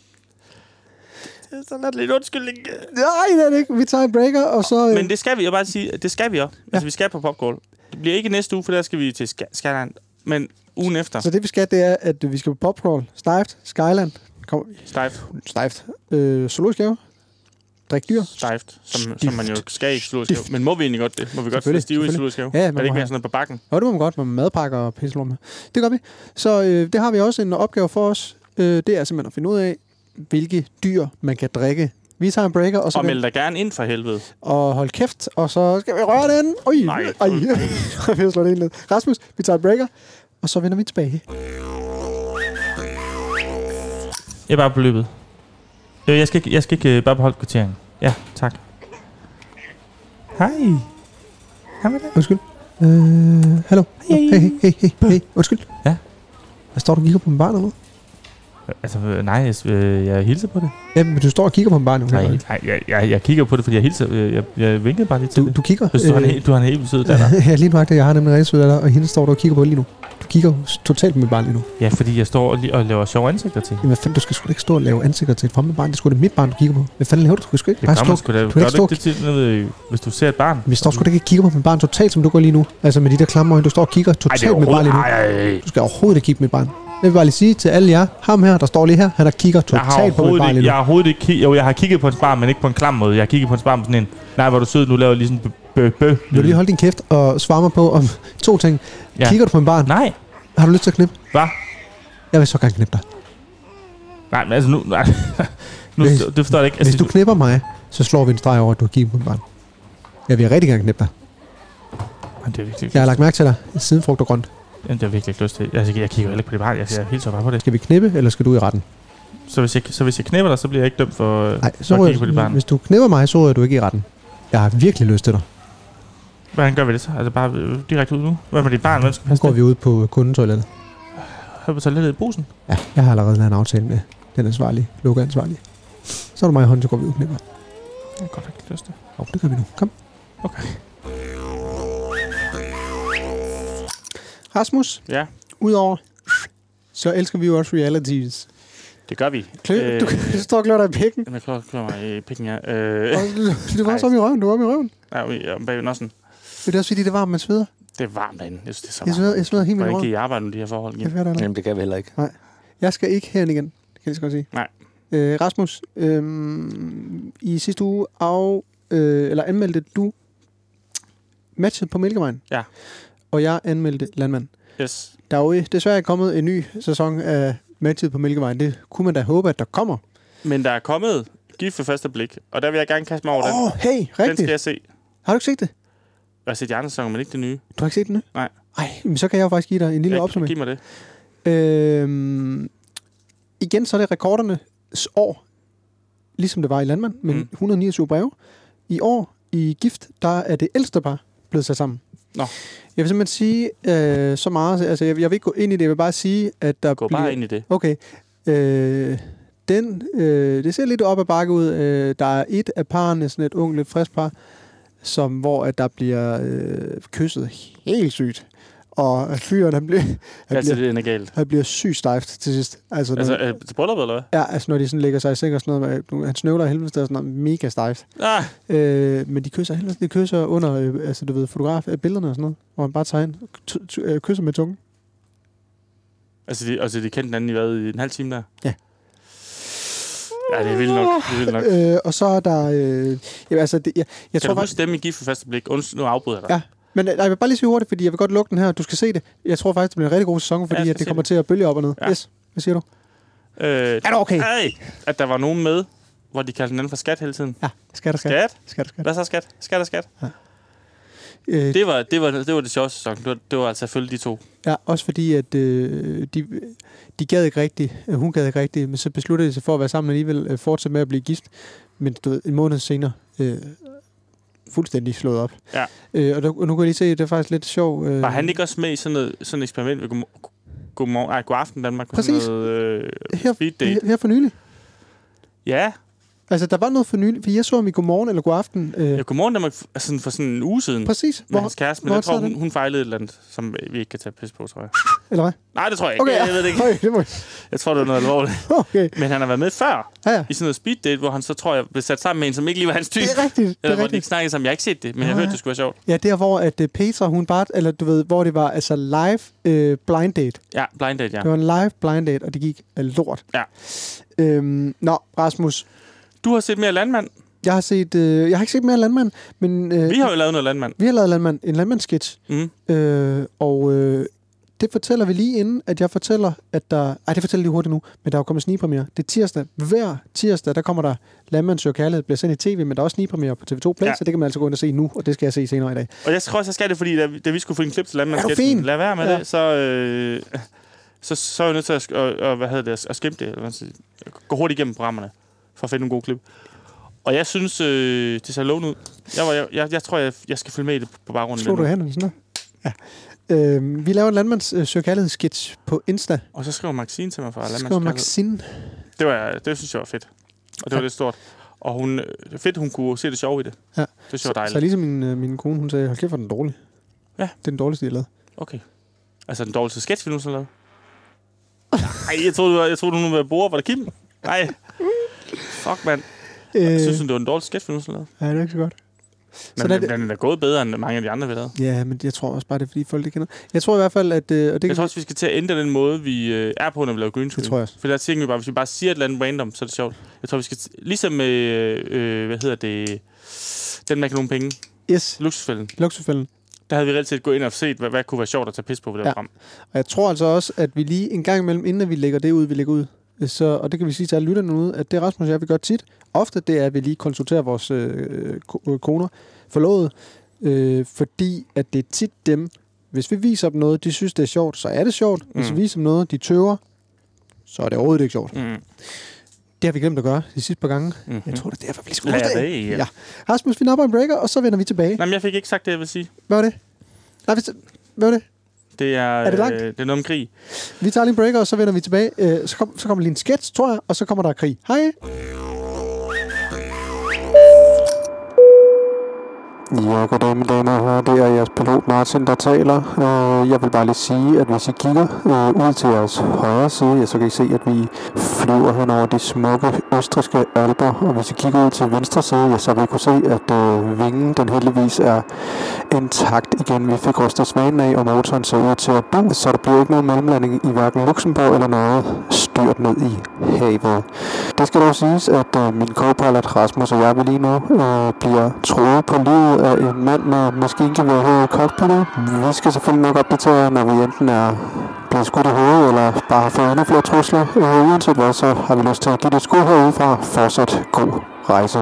Det er sådan lidt undskyldning. Nej, det er det ikke. Vi tager en breaker, og så... Øh... Men det skal vi jo bare sige. Det skal vi også. Ja. Altså, vi skal på popcorn. Det bliver ikke næste uge, for der skal vi til Sk- Skyland. Men ugen efter. Så det vi skal, det er, at vi skal på popcorn, Stejft, Skyland. Kom. Stejft. Stejft. Øh, Zoologisk Have. Drik dyr. Stejft, som, som man jo skal i Zoologisk Have. Men må vi egentlig godt det? Må vi godt få stive i Zoologisk Have? Ja, er det ikke mere sådan noget på bakken? Jo, det må man godt, med madpakker og pisselum. Det gør vi. Så øh, det har vi også en opgave for os. Øh, det er simpelthen at finde ud af, hvilke dyr man kan drikke. Vi tager en breaker, og så... Og meld dig gerne ind for helvede. Og hold kæft, og så skal vi røre den. Oj, nej. Ej, vi har slået det ind lidt. Rasmus, vi tager en breaker, og så vender vi tilbage. Jeg er bare på løbet. Øh, jeg skal ikke, jeg skal ikke øh, bare beholde kvitteringen. Ja, tak. Hej. Hej med det. Undskyld. Øh, hallo. Hey. Hey, hey, hey, hey, hey. Undskyld. Ja? Hvad står du og kigger på min barn eller noget? Altså, øh, nej, jeg, øh, jeg hilser på det. Ja, men du står og kigger på min barn. Nej, nej jeg, jeg, jeg kigger på det, fordi jeg hilser. Jeg, jeg, jeg vinkede bare lige til Du, det. du kigger. Hvis du, har en, he- du har en helt sød datter. Ja, lige nu jeg har nemlig en rigtig sød datter, og hende står du og kigger på lige nu. Du kigger totalt på mit barn lige nu. Ja, fordi jeg står og, li- og laver sjove ansigter til. Jamen, hvad fanden, du skal sgu da ikke stå og lave ansigter til et fremmed barn. Det er sgu da mit barn, du kigger på. Hvad fanden laver du? Du skal sgu ikke Det bare gør man stå. sgu da. Du Gør kan ikke du stå. ikke det til, noget, hvis du ser et barn? Vi står sgu da ikke og kigger på mit barn totalt, som du går lige nu. Altså med de der klamme øjne. Du står og kigger totalt på mit barn lige nu. Ej, ej, ej. Du skal overhovedet ikke kigge på mit barn. Jeg vil bare lige sige til alle jer, ham her, der står lige her, han der kigger Jeg har totalt på mit barn overhovedet lige ikke, nu. jeg har overhovedet ikke ki- jo, jeg har kigget på hans barn, men ikke på en klam måde. Jeg har kigget på hans barn på sådan en, nej, hvor er du sød, nu laver jeg lige sådan bø bø Vil du lige holde din kæft og svare mig på om to ting? Ja. Kigger du på mit barn? Nej, Har du lyst til at knippe? hvad? Jeg vil så gerne knippe dig. Nej, men altså nu, nej. nu Hvis- det forstår jeg ikke. Hvis Altså, du knipper mig, så slår vi en streg over, at du har kigget på mit barn. Jeg vil rigtig gerne knippe dig. det er virkelig, Jeg har lagt mærke til dig siden frugt og grønt. Jamen, det har jeg virkelig ikke lyst til. Altså, jeg kigger jo heller ikke på det barn. Jeg ser helt så bare på det. Skal vi knippe, eller skal du i retten? Så hvis jeg, så hvis jeg knipper dig, så bliver jeg ikke dømt for, Nej, for så at kigge på dit rører, barn. hvis du knipper mig, så rører du ikke i retten. Jeg har virkelig lyst til dig. Hvordan gør vi det så? Altså bare øh, direkte ud nu? Hvad med dit barn? Hvem skal Nu passe går det? vi ud på kundetoilettet. Har du toilettet i brusen? Ja, jeg har allerede lavet en aftale med den ansvarlige, lukkeansvarlige. Så er du mig i hånden, så går vi ud og knipper. Jeg har godt ikke lyst til. Jo, det gør vi nu. Kom. Okay. Rasmus, Ja, udover, så elsker vi jo også realities. det gør vi. Klø, øh, du, du står og klør dig i pikken. Jeg klarer klør mig i pikken, ja. Øh, Og du, du var så om i røven, du var om i røven. ja, vi er bag nossen. Det er også fordi, det er varmt, man sveder. Det er varmt derinde. Jeg synes, det er så Jeg varmt. sveder, jeg sveder helt vildt i Hvordan røven. kan I arbejde med de her forhold? Jeg Igen? fatter det. Jamen, det kan vi heller ikke. Jeg skal ikke herind igen, kan jeg så godt sige. Nej. Øh, Rasmus, øh, i sidste uge af, øh, eller anmeldte du matchet på Mælkevejen. Ja. Og jeg anmeldte Landmand. Yes. Der er jo desværre ikke kommet en ny sæson af matchet på Mælkevejen. Det kunne man da håbe, at der kommer. Men der er kommet gift for første blik, og der vil jeg gerne kaste mig over Åh, den. oh, hey, Den skal rigtigt. jeg se. Har du ikke set det? Jeg har set de andre sæsoner, men ikke det nye. Du har ikke set det nu? Nej. Ej, men så kan jeg jo faktisk give dig en lille Jeg, opsummering. giv mig det. Øhm, igen, så er det rekordernes år, ligesom det var i Landmand, men Mm. et hundrede og niogtyve breve. I år, i Gift, der er det ældste par blevet sat sammen. Nå. Jeg vil simpelthen sige øh, så meget, altså jeg, jeg vil ikke gå ind i det, jeg vil bare sige, at der Gå bliver... bare ind i det. Okay. Øh, den, øh, det ser lidt op ad bakke ud. Øh, der er et af parerne, sådan et ungt, lidt frisk par, som, hvor at der bliver øh, kysset helt sygt. Og fyren, han bliver, han Altså, bliver, det er galt. han bliver sygt stejft til sidst. Altså, Altså, når, øh, til brylluppet, eller hvad? ja, altså når de sådan lægger sig i seng og sådan noget, med, han snøvler af helvede sted og sådan noget, mega stejft. Ah, Øh, men de kysser helvede, de kysser under, øh, altså du ved, fotograf af billederne og sådan noget, hvor han bare tager ind og t- t- øh, kysser med tungen. altså, de, altså, de kendte hinanden i hvad, i en halv time der? Ja. Ja, det er vildt nok. Det er vildt nok. Øh, og så er der, øh, ja, altså, det, jeg, jeg Kan tror du faktisk, huske dem i gift for første blik? Undskyld, nu afbryder jeg dig. Ja. Men nej, jeg vil bare lige sige hurtigt, fordi jeg vil godt lukke den her. Du skal se det. Jeg tror faktisk, det bliver en rigtig god sæson, fordi jeg ja, skal at det se kommer det. til at bølge op og ned. Ja. Yes. Hvad siger du? Øh, Er det okay? Hey, at der var nogen med, hvor de kaldte hinanden for skat hele tiden. Ja, skat og skat. Skat? Skat og skat. Hvad så skat? Skat og skat. Øh, Det var det, var, det, var det sjoveste sæson. Det var, det var altså selvfølgelig de to. ja, også fordi, at øh, de, de gad ikke rigtigt. Øh, hun gad ikke rigtigt, men så besluttede de sig for at være sammen alligevel, øh, fortsætte med at blive gift. Men du ved, en måned senere, øh, fuldstændig slået op. Ja. Øh, og, der, og nu kan jeg lige se, at det er faktisk lidt sjovt. Øh, Var han ikke også med i sådan, noget, sådan et eksperiment ved Godmorgen, Godmorgen, ej, God Aften Danmark? Med Præcis. Sådan noget, øh, her, speed date. her, her for nylig. Ja, Altså, der var noget for nylig, for jeg så ham i Godmorgen eller God-aften. Øh, ja Godmorgen Danmark f- sådan for sådan en uge siden. præcis. Med Hvor, hans kæreste, men hvor jeg tror, sad hun, den? hun fejlede et eller andet, som vi ikke kan tage pis på, tror jeg. eller hvad? Nej, det tror jeg ikke. Okay, jeg, jeg ved det ikke. Okay, det må jeg. Jeg tror, det var noget alvorligt. Okay. Men han har været med før Ja, ja. i sådan noget speed date, hvor han så, tror jeg, blev sat sammen med en, som ikke lige var hans type. Det er rigtigt. Det Eller er hvor de ikke rigtigt. snakkede sammen. Jeg har ikke set det, men jeg Ja. hørte, det skulle være sjovt. Ja, der hvor at uh, Petra, hun bare, eller du ved, hvor det var altså live uh, blind date. Ja, blind date, ja. Det var en live blind date, og det gik af lort. Ja. Øhm, nå, Rasmus, Du har set mere Landmand. jeg har set, øh, jeg har ikke set mere Landmand, men øh, Vi har jo lavet noget Landmand. vi har lavet Landmand, en Landmand-sketch, Mm. øh, og øh, det fortæller vi lige inden, at jeg fortæller, at der... Ej, det fortæller jeg lige hurtigt nu, men der er jo kommet snigpremiere. Det er tirsdag. Hver tirsdag, der kommer der Landmand søger kærlighed, bliver sendt i tv, men der er også snigpremiere på T V to Play, Ja. ja. Så det kan man altså gå ind og se nu, og det skal jeg se senere i dag. Og jeg tror også, jeg skal det, fordi da vi, da vi skulle få en klip til Landmand, Er du fin? lad være med Ja. det, så, øh, så, så er jeg nødt til at, sk- og, og, hvad hedder det, at, at skimpe det. Eller hvad skal jeg sige, gå hurtigt igennem programmerne. for at finde nogle gode klip. Og jeg synes, øh, det ser lovende ud. Jeg, var, jeg, jeg, jeg tror, jeg, jeg skal følge med i det på baggrunden. Slår du hænderne sådan der? Ja. Øh, vi laver en landmands øh, søgerkærlighedssketch på Insta. Og så skriver Maxine til mig fra Landmands Skriver Maxine. Det, var, det synes jeg var fedt. Og det var ja. lidt stort. Og hun, det er fedt, hun kunne se det sjove i det. Ja. Det synes jeg var dejligt. Så, så ligesom min, øh, min kone, hun sagde, hold kæft, hvor den dårlig. Ja. Det er den dårligste, jeg har lavet. Okay. Altså den dårligste sketch, vi nu så lavede? Nej, jeg troede, jeg troede, hun var bord. Var det Kim? Nej. Fuck, mand. Øh, jeg synes, det var den dårligste sketch, vi nu så lavede. Ja, det er ikke så godt. Men så den, det, den er gået bedre, end mange af de andre, vi lavede. Ja, men jeg tror også bare, det er, fordi folk det kender. Jeg tror i hvert fald, at... Øh, og det jeg tror også, vi skal til at ændre den måde, vi øh, er på, når vi laver green screen. Det tror jeg også. For der tænker vi bare, hvis vi bare siger et eller andet random, så er det sjovt. Jeg tror, vi skal... T- ligesom med... Øh, hvad hedder det? Den, der ikke nogen penge. Yes. Luksusfælden. Luksusfælden. Der havde vi reelt set gået ind og set, hvad, hvad kunne være sjovt at tage pis på ved det ja. program. Og jeg tror altså også, at vi lige en gang imellem, inden vi lægger det ud, vi lægger ud, så, og det kan vi sige til alle lytterne ud, at det Rasmus og jeg, vi gør tit. Ofte det er, at vi lige konsulterer vores øh, koner, forlovede, øh, fordi at det er tit dem, hvis vi viser dem noget, de synes, det er sjovt, så er det sjovt. Hvis mm. vi viser dem noget, de tøver, så er det overhovedet ikke sjovt. Mm. Det har vi glemt at gøre de sidste par gange. Mm-hmm. Jeg tror, det er derfor, vi lige skulle ja, det, ja. ja. Rasmus, vi napper en breaker, og så vender vi tilbage. Nej, men jeg fik ikke sagt det, jeg vil sige. Hvad var det? Nej, hvis, hvad var det? Det er, er det langt? Øh, det er noget om krig. Vi tager lige en breaker, og så vender vi tilbage. Øh, så, kom, så kommer lige en sketch, tror jeg, og så kommer der krig. Hej! Ja, goddag mine damer og herrer, det er jeres pilot Martin, der taler. Jeg vil bare lige sige, at hvis I kigger ud til jeres højre side, så kan I se, at vi flyver hen over de smukke østrigske alper. Og hvis I kigger ud til venstre side, så vil I kunne se, at vingen den heldigvis er intakt igen. Vi fik rystet svanen af, og motoren ser ud til at bo, så der bliver ikke nogen mellemlanding i hverken Luxembourg eller noget styrt ned i havet. Det skal dog siges, at min co-pilot Rasmus og jeg vil lige nu øh, bliver troet på livet af en mand med maskingevær her i cockpittet. Vi skal selvfølgelig nok opdatere, når vi enten er blevet skudt i hovedet, eller bare har fået endnu flere trusler. Øh, uanset hvad, så har vi lyst til at give det et skud herudefra. Fortsat god rejse.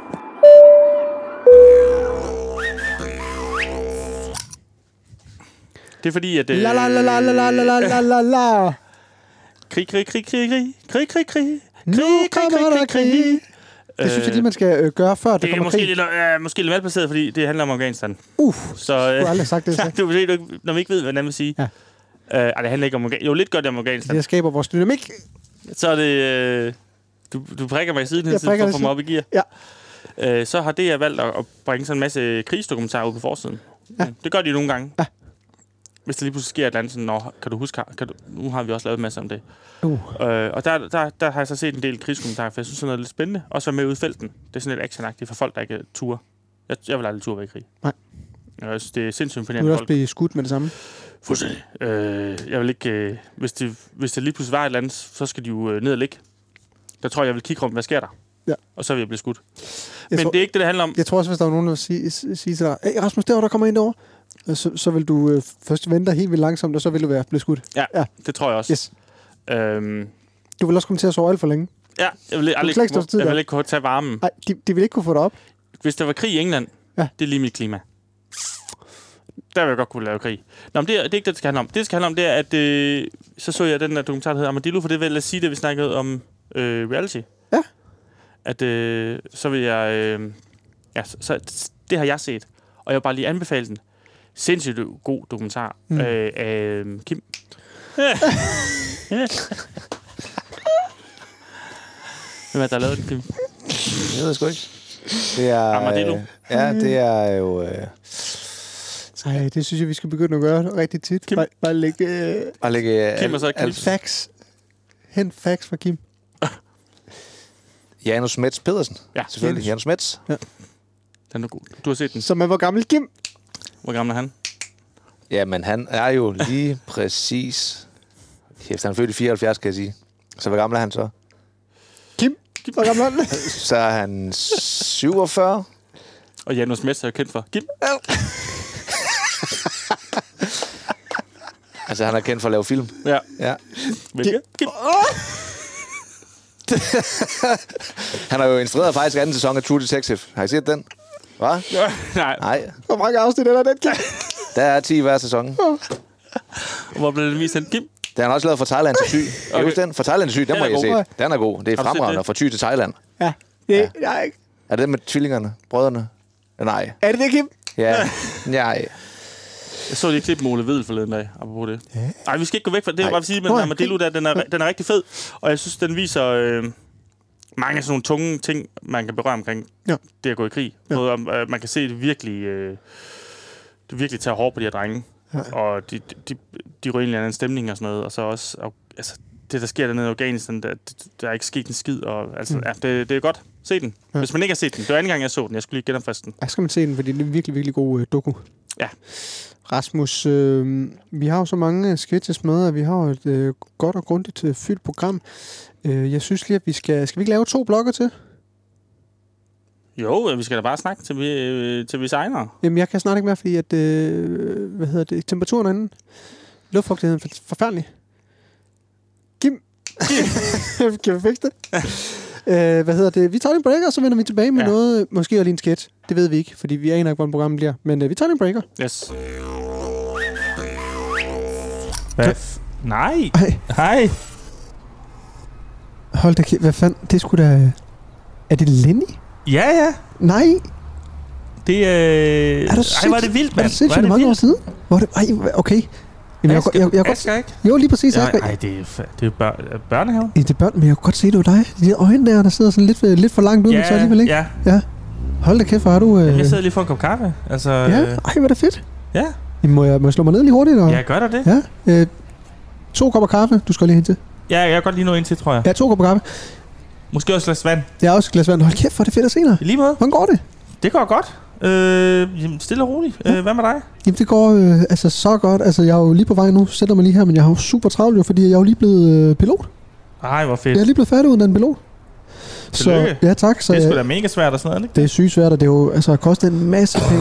Det er fordi, at... Øh, la la la la la la la la la. Krig, krig, krig, krig, krig, krig, krig, krig. Nu kommer der krig. Det synes jeg lige, man skal øh, gøre, før det, det kommer måske krig. Lidt, øh, måske lidt malplaceret, fordi det handler om Afghanistan. Uff, så, øh, du har aldrig sagt det. Så. Du vil se, når vi ikke ved, hvad den vil sige. Ja. Øh, ej, det handler ikke om Afghanistan. Jo, lidt godt om Afghanistan. Det skaber vores dynamik. Så er det... Øh, du, du prikker mig i siden hele tiden for at få mig op i gear. Ja. Øh, så har det jeg valgt at, at bringe sådan en masse krigsdokumentarer ud på forsiden. Ja. Det gør de nogle gange. Ja. Hvis der lige pludselig sker et eller andet sådan, Nå, kan du huske, kan du, nu har vi også lavet en masse om det. Uh. Øh, og der, der, der har jeg så set en del krigskommentarer, for jeg synes, det er noget lidt spændende. Også være med ude i felten. Det er sådan lidt actionagtigt for folk, der ikke turer. Jeg, jeg vil aldrig ture være i krig. Nej. Jeg synes, det er sindssygt imponerende. Du vil også blive skudt med det samme? Fuldstændig. Øh, jeg vil ikke... Øh, hvis, det, hvis det lige pludselig var et eller andet, så skal de jo øh, ned og ligge. Der tror jeg, jeg vil kigge rundt, hvad sker der? Ja. Og så vil jeg blive skudt. Jeg Men tror, det er ikke det, det handler om. Jeg tror også, hvis der var nogen, der vil sige, sige til dig, hey Rasmus, derovre, der kommer ind derovre. Så, så vil du øh, først vente helt vildt langsomt, og så vil du være blevet skudt. Ja, ja, det tror jeg også. Yes. Øhm, du vil også komme til at sove alt for længe. Ja, jeg vil aldrig ikke, jeg vil ikke kunne tage varmen. Nej, de, de vil ikke kunne få dig op. Hvis der var krig i England, ja. Det er lige mit klima. Der vil jeg godt kunne lave krig. Nå, men det er, det er ikke det, det skal handle om. Det, det skal handle om, det er, at øh, så så jeg den der dokumentar, der hedder Armadillo, for det vil jeg sige, det vi snakkede om øh, reality. Ja. At øh, så vil jeg... Øh, ja, så, så, det har jeg set. Og jeg vil bare lige anbefale den. Sindssygt god dokumentar mm. øh, af Kim. Hvem er der lavet den, Kim? Jeg ved sgu ikke. Det er... Armadillo. Øh, ja, det er jo... Øh, Ej, det synes jeg, vi skal begynde at gøre rigtig tit. Kim. Bare, bare lægge... Øh, bare lægge... Kim og så Kim. Facts. Hent facts fra Kim. Janus Smets Pedersen. Ja. Selvfølgelig. Janus Smets. Ja. Den er god. Du har set den. Som er hvor gammel Kim? Hvor gammel er han? Jamen, han er jo lige præcis... Kæft, han er født i fireoghalvfjerds, kan jeg sige. Så hvor gammel er han så? Kim? Hvor gammel er han? Så er han syvogfyrre. Og Janus Mets er kendt for Kim. Altså, han er kendt for at lave film. Ja. Ja. Hvilke? Kim. Han har jo instrueret faktisk anden sæson af True Detective. Har I set den? Hvad? Ja, nej. Nej. Hvor mange afsnit er der den, Kim? Der er ti hver sæson. Hvor blev den vist hen, Kim? Den har også lavet fra Thailand til Thy. Okay. Jeg husker den. Fra Thailand til Thy, den, den må jeg se. Den er god. Det er fremragende fra Thy til Thailand. Ja. Det, Ja. nej. Er det med tvillingerne? Brødrene? Nej. Er det det, Kim? Ja. Nej. Jeg så lige klip med Ole Vedel forleden dag, apropos det. Ja. Nej, vi skal ikke gå væk fra det. Jeg vil bare sige, men Nå, Armadillo der, den er, den er rigtig fed. Og jeg synes, den viser øh, mange sådan nogle tunge ting, man kan berøre omkring Ja. det at gå i krig. Ja. Både om, øh, man kan se det virkelig, øh, det virkelig tager hårdt på de her drenge. Ja. Og de, de, de rører egentlig en stemning og sådan noget. Og så også, og, altså, det der sker dernede i Afghanistan, der, der er ikke sket en skid. Og, altså, mm. ja, det, det er godt. Se den. Ja. Hvis man ikke har set den. Det var anden gang, jeg så den. Jeg skulle lige genopfriske den. Jeg skal man se den, fordi det er en virkelig, virkelig god øh, doku. Ja. Rasmus, øh, vi har jo så mange sketches med, og vi har jo et øh, godt og grundigt øh, fyldt program. Øh, jeg synes lige, at vi skal... Skal vi ikke lave to blokker til? Jo, vi skal da bare snakke til vi, øh, til vi senere. Jamen, jeg kan snart ikke mere, fordi at... Øh, hvad hedder det? Temperaturen er anden. Luftfugtigheden er forfærdelig. Kim. Kan vi fikse det? øh, hvad hedder det? Vi tager en breaker, og så vender vi tilbage med Ja. noget... Måske lige en sketch. Det ved vi ikke, fordi vi aner ikke, hvordan programmet bliver. Men øh, vi tager en breaker. Yes. Hvad? F- Nej. Ej. Hej. Hold da kæft, hvad fanden? Det skulle da... Er det Lenny? Ja, ja. Nej. Det øh... Er du Ej, hvor er det vildt, Er mand. det sindssygt Hvor mange år vildt. siden? Hvor er det... Ej, okay. Jamen, jeg, jeg, jeg, jeg, Asger, jeg, ikke? jo, lige præcis. Ja, Asger. ej, det er, fa- det er bør- børnehaven. Ja, det er børn, men jeg kunne godt se, det var dig. De øjne der, der sidder sådan lidt, for- lidt for langt ud, men så alligevel ikke. ja. Ja. Hold da kæft, hvor har du... Øh... Jamen, jeg sidder lige for en kop kaffe. Altså, Ja, øh, ej, hvor er det fedt. ja. Jamen, må jeg, må jeg slå mig ned lige hurtigt? Og... Ja, gør der det? Ja. Øh, to kopper kaffe, du skal lige hen til. Ja, jeg kan godt lige nå ind til, tror jeg. Ja, to kopper kaffe. Måske også et glas vand. Jeg har også et glas vand. Hold kæft, hvor er det fedt at se dig. I lige måde. Hvordan går det? Det går godt. Øh, jamen, stille og roligt. Øh, hvad med dig? Jamen, det går øh, altså så godt. Altså, jeg er jo lige på vej nu. Sætter mig lige her, men jeg har jo super travlt jo, fordi jeg er jo lige blevet øh, pilot. Ej, hvor fedt. Jeg er lige blevet færdiguddannet pilot. Tillykke. Så, ja, tak. Så, Det er sgu jeg- da mega svært og sådan noget, ikke? Det er sygt svært, og det er jo altså kostet en masse penge.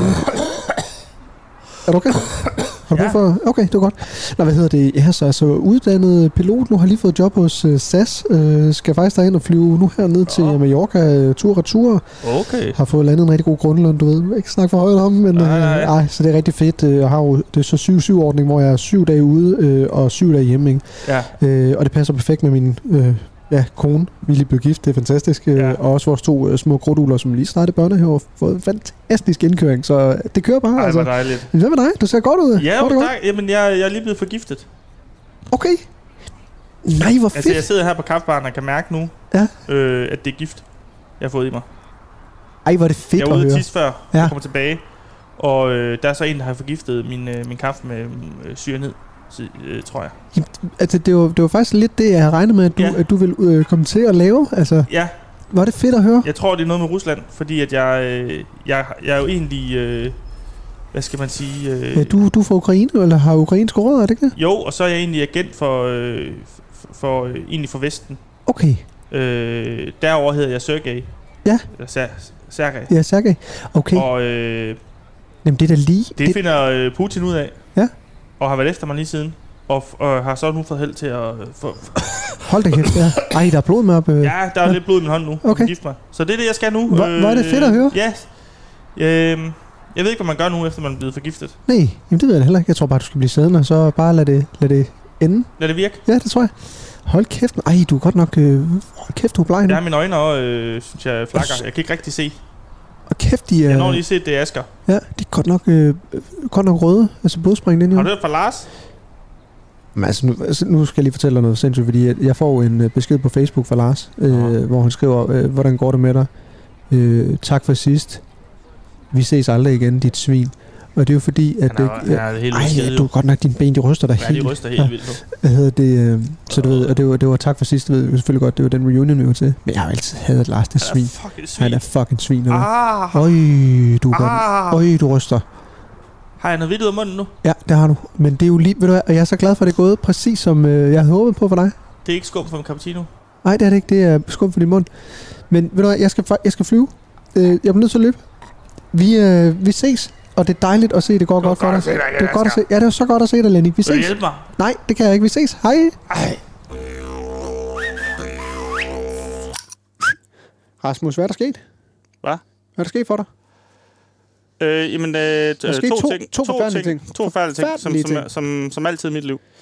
Er du okay? Har du brug Ja. for... Okay, det var godt. Nå, hvad hedder det? Jeg er så altså uddannet pilot nu, har lige fået job hos uh, S A S. Uh, skal faktisk derhen og flyve nu her ned til Nå. Mallorca, uh, tur-retur. Okay. Har fået landet en rigtig god grundløn, du ved. Jeg vil ikke snakke for højt om, men uh, Nej, nej. ej, så det er rigtig fedt. Uh, Jeg har jo det er så syv syv ordning, hvor jeg er syv dage ude uh, og syv dage hjemme, ikke? Ja. Uh, og det passer perfekt med min uh, ja, kone. Vi er lige blevet gift, det er fantastisk. Uh, Ja. Og også vores to uh, små krudtugler, som lige startede børnehave og fået en fantastisk indkøring, så det kører bare. Ej, altså. hvor dejligt. Men hvad med dig? Du ser godt ud. Ja, Går det jo, godt? tak. Jamen, jeg, jeg er lige blevet forgiftet. Okay. Nej, hvor fedt. Altså, jeg sidder her på kaffebaren og kan mærke nu, Ja. øh, at det er gift, jeg har fået i mig. Ej, hvor er det fedt Jeg var at ude høre. at tisse før, Ja. jeg kommer tilbage. Og øh, der er så en, der har forgiftet min, øh, min kaffe med øh, syrenhed, øh, tror jeg. Jamen, altså, det var, det var faktisk lidt det, jeg havde regnet med, at du, Ja. at du ville øh, komme til at lave. Altså, Ja, var det fedt at høre? jeg tror, det er noget med Rusland, fordi at jeg, øh, jeg, jeg er jo egentlig, øh, hvad skal man sige... Øh, Ja, du, du er fra Ukraine, eller har ukrainsk rødder, er det ikke det? Jo, og så er jeg egentlig agent for, øh, for, for, øh, egentlig for Vesten. Okay. Øh, derover hedder jeg Sergej. Ja. Eller Ser- Sergej. Ja, Sergej. Okay. Og øh, Jamen, det er da lige... det, det finder øh, Putin ud af. Ja. Og har været efter mig lige siden. Og, f- og har så nu fået held til at øh, få... Hold da kæft, ja. Ej, der er blod med op. Øh. Ja, der er Ja. lidt blod i min hånd nu. Okay. Gift mig. Så det er det, jeg skal nu. Hvor- hvor er det fedt at høre. Ja. Øh, jeg ved ikke, hvad man gør nu, efter man er blevet forgiftet. Nej, jamen, det ved jeg da heller ikke. Jeg tror bare, du skal blive siddende, og så bare lade det, lad det ende. Lad det virke. Ja, det tror jeg. Hold kæft. Ej, du er godt nok... Øh, hold kæft, du er bleg nu. Ja, mine øjne også, øh, synes jeg, flakker. Jeg kan ikke rigtig se. Og kæft, de er... Jeg når lige set, det er Asger. Ja, de er godt nok, øh, godt nok røde. Altså blodspringende ind i Har du dem. hørt fra Lars? Men altså nu, altså, nu skal jeg lige fortælle dig noget sindssygt, fordi jeg får en øh, besked på Facebook fra Lars, øh, Nå. hvor han skriver, øh, hvordan går det med dig? Øh, tak for sidst. Vi ses aldrig igen, dit svin. Og det er jo fordi, at... Han er, det, han er helt ej, uskide, du jo. er godt nok, dine ben, de ryster dig Ja, de helt. ryster helt vildt nu. Hvad hedder det? Øh, så du ved, og det var, det var tak for sidst, det ved jeg selvfølgelig godt, det var den reunion, vi var til. Men jeg har jo altid hadet Lars, det Han er svin. fucking svin. Han er fucking svin. Eller? Ah, Øj, du er godt. ah. Øj, du ryster. Har jeg noget vidt ud af munden nu? Ja, det har du. Men det er jo lige, ved du hvad, og jeg er så glad for, at det er gået præcis som øh, jeg havde håbet på for dig. Det er ikke skum for en cappuccino. Nej, det er det ikke. Det er skum for din mund. Men ved du hvad, jeg skal, fa- jeg skal flyve. Øh, jeg bliver nødt til at løbe. Vi, øh, vi ses, og det er dejligt at se, at det går godt for dig. Det er godt at se. Ja, det er så godt at se dig, Lenny. Vi Vil du ses. hjælpe mig? Nej, det kan jeg ikke. Vi ses. Hej. Ej. Rasmus, hvad er der sket? Hvad? Hvad er der sket for dig? Øh, jamen, øh, t- Der er sket to, to- ting. to forfærdelige ting. To forfærdelige ting, som, Forfærdelige som, ting. som, som, som altid i mit liv.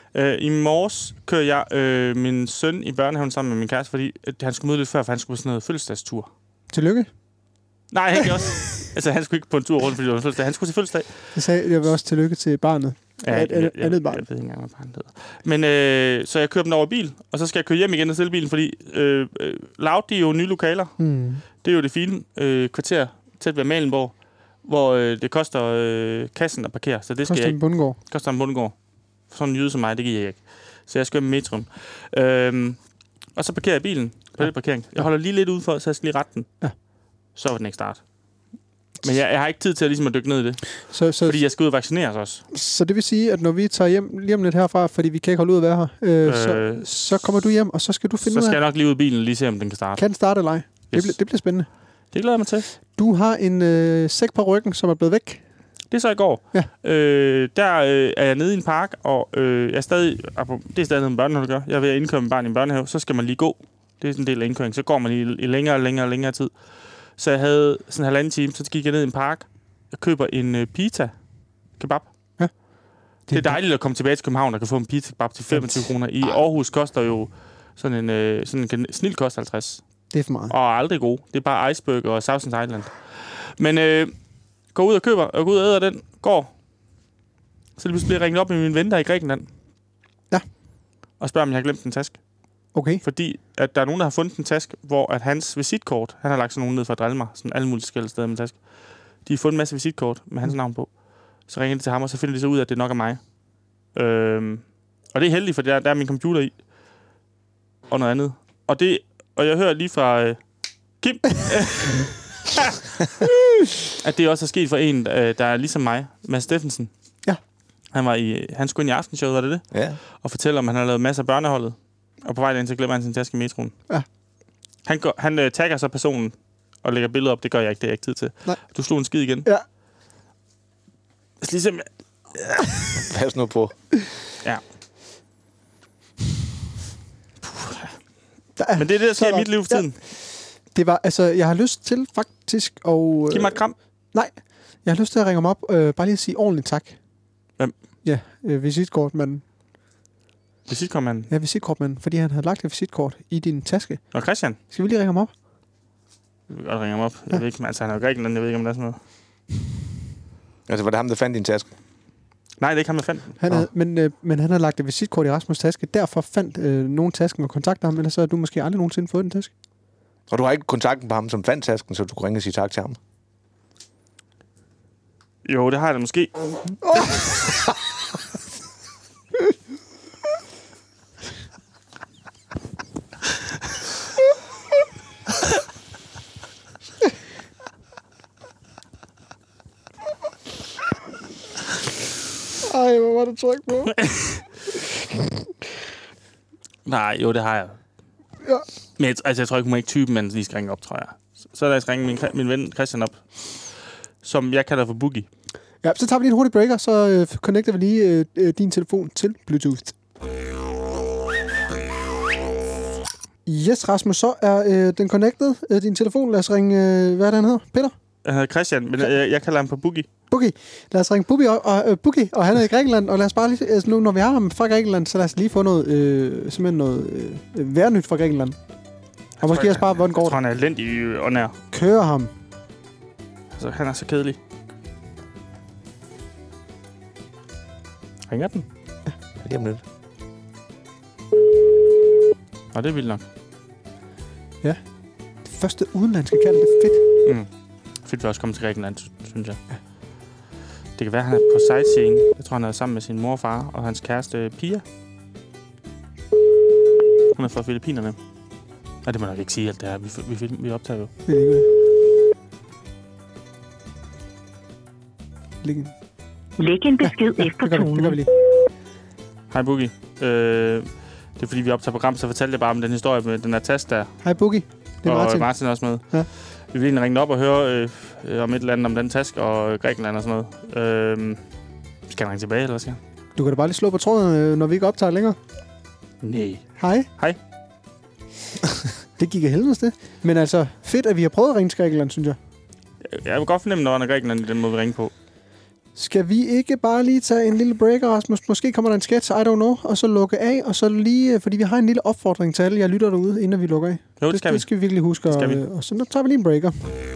Øh, I morges kører jeg øh, min søn i børnehaven sammen med min kæreste, fordi øh, han skulle møde lidt før, for han skulle på sådan noget fødselsdagstur. Tillykke. Nej, han også. Altså, han skulle ikke på en tur rundt, fordi det var en fødselsdag. Han skulle til fødselsdag. Jeg sagde, jeg vil også tillykke til barnet. Ja, et, et, jeg, andet barn. Jeg, jeg ved ikke engang, hvad barnet hedder. Men øh, så jeg kører dem over i bil, og så skal jeg køre hjem igen og stille bilen, fordi øh, øh, Loud, de er jo nye lokaler. Hmm. Det er jo det fine øh, kvarter tæt ved Malenborg, hvor øh, det koster øh, kassen at parkere. Så det skal Koster jeg en ikke. bundegård. Koster en bundegård. Sådan en jyde som mig, det giver jeg ikke. Så jeg skal med metrum. Øhm, og så parkerer jeg bilen på ja. det parkering. Jeg holder lige lidt ud for, så jeg skal lige rette den. Ja. Så var den ikke start. Men jeg, jeg har ikke tid til at, ligesom at dykke ned i det. Så, så, fordi jeg skal ud og vaccineres også. Så det vil sige, at når vi tager hjem lige om lidt herfra, fordi vi kan ikke holde ud at være her, øh, øh, så, så kommer du hjem, og så skal du finde så ud af... Så skal jeg nok lige ud af bilen og lige se, om den kan starte. Kan den starte eller ej? Yes. Det, bl- det bliver spændende. Det glæder jeg mig til. Du har en øh, sæk på ryggen, som er blevet væk. Det er så i går. Ja. Øh, der øh, er jeg nede i en park, og øh, jeg er stadig... Det er stadig noget med børnehave, der gør. Jeg er ved at indkøre med barn i en børnehave. Så skal man lige gå. Det er sådan en del af indkøring. Så går man i, i længere og længere og længere tid. Så jeg havde sådan en halvanden time, så gik jeg ned i en park. Jeg køber en øh, pita kebab. Ja. Det, det er dejligt at komme tilbage til København og kan få en pita kebab til femogtyve kroner. I Aarhus koster jo sådan en, øh, sådan en snild koster halvtreds. Det er for meget. Og aldrig god. Det er bare iceberg og Thousand Island. Men øh, går ud og køber, og går ud og æder den, går. Så det bliver ringet op med min ven, der er i Grækenland. Ja. Og spørger, om jeg har glemt en taske. Okay. Fordi at der er nogen, der har fundet en taske, hvor at hans visitkort, han har lagt sådan nogen ned for at drille mig, sådan alle mulige forskellige steder med en taske. De har fundet en masse visitkort med hans navn på. Så ringer de til ham, og så finder de så ud af, at det nok er mig. Øhm, og det er heldigt, for der, der er min computer i. Og noget andet. Og, det, og jeg hører lige fra øh, Kim, at det også er sket for en, der er ligesom mig, Mads Steffensen. Ja. Han, var i, han skulle ind i aftenshowet, var det det? Ja. Og fortæller, om han har lavet masser af børneholdet. Og på vej derind, så glemmer han sin taske i metroen. Ja. Han, går, han uh, tagger så personen og lægger billeder op. Det gør jeg ikke, det har jeg ikke tid til. Nej. Du slog en skid igen. Ja. Så ligesom... Pas nu på. Ja. Der, Men det er det, der sker i mit liv for tiden. Ja. Det var, altså, jeg har lyst til faktisk at... Øh, Giv mig et kram. Nej, jeg har lyst til at ringe ham op. Øh, bare lige at sige ordentligt tak. Hvem? Ja, øh, visitkortmanden. Visitkortmanden? Ja, visitkortmanden, fordi han havde lagt et visitkort i din taske. Og Christian? Skal vi lige ringe ham op? Jeg vil godt ringe ham op. Ja. Jeg ved ikke, altså han er jo Grækenland, jeg ved ikke, om der er sådan noget. Altså, var det ham, der fandt din taske? Nej, det er ikke ham, der fandt den. Han havde, men, øh, men han havde lagt et visitkort i Rasmus' taske. Derfor fandt øh, nogen tasken og kontakte ham, ellers så havde du måske aldrig nogensinde fået den taske. Og du har ikke kontakten på ham, som fandt tasken, så du kunne ringe og sige tak til ham? Jo, det har jeg da måske. Oh. Ej, hvor var du tryg på? Nej, jo, det har jeg. Ja. Men jeg, altså, jeg tror ikke, hun er ikke typen, man lige skal ringe op, tror jeg. Så, så lad os ringe min, min ven Christian op, som jeg kalder for Boogie. Ja, så tager vi lige en hurtig breaker, så øh, connecter vi lige øh, din telefon til Bluetooth. Yes, Rasmus, så er øh, den connected, øh, din telefon. Lad os ringe, øh, hvad er det, han hedder? Peter? Han hedder Christian, men jeg, jeg kalder ham for Boogie. Boogie. Lad os ringe Boogie og, og, øh, Boogie, og han er i Grækenland, og lad os bare lige, altså nu når vi har ham fra Grækenland, så lad os lige få noget, øh, simpelthen noget øh, værnyt fra Grækenland. Og måske også bare, hvordan går det? det? Jeg tror, han er elendig og nær. Kører ham. Altså, han er så kedelig. Ringer den? Ja, lige om lidt. Nå, det er vildt nok. Ja. Det første udenlandske kald, det er fedt. Mm. Fedt, vi også kommer til Grækenland, synes jeg. Ja. Det kan være, han er på sightseeing. Jeg tror, han er sammen med sin mor og far og hans kæreste Pia. Hun er fra Filippinerne. Nej, det må jeg nok ikke sige alt det her. Vi, vi, vi, vi optager jo. Det er ikke Læg en. Læg en besked ja, efter tonen. Det gør vi lige. Hej Boogie. Øh, det er fordi, vi optager program, så fortalte jeg bare om den historie med den her taske der. Hej Boogie. Det er og Martin. Martin er også med. Ja. Vi vil egentlig ringe op og høre øh, øh, om et eller andet om den taske og Grækenland og sådan noget. Øh, skal jeg ringe tilbage, eller hvad skal jeg? Du kan da bare lige slå på tråden, øh, når vi ikke optager længere. Nej. Hej. Hej. Det gik af helvedes det. Men altså, fedt, at vi har prøvet at ringe til Grækenland, synes jeg. Jeg vil godt fornemme, når han er Grækenland i den måde, vi ringer på. Skal vi ikke bare lige tage en lille break, Rasmus? Måske kommer der en sketch, I don't know, og så lukke af, og så lige, fordi vi har en lille opfordring til alle, jeg lytter derude, inden vi lukker af. Jo, det, det skal det, vi. Det skal vi virkelig huske, og, vi. og så nu tager vi lige en breaker.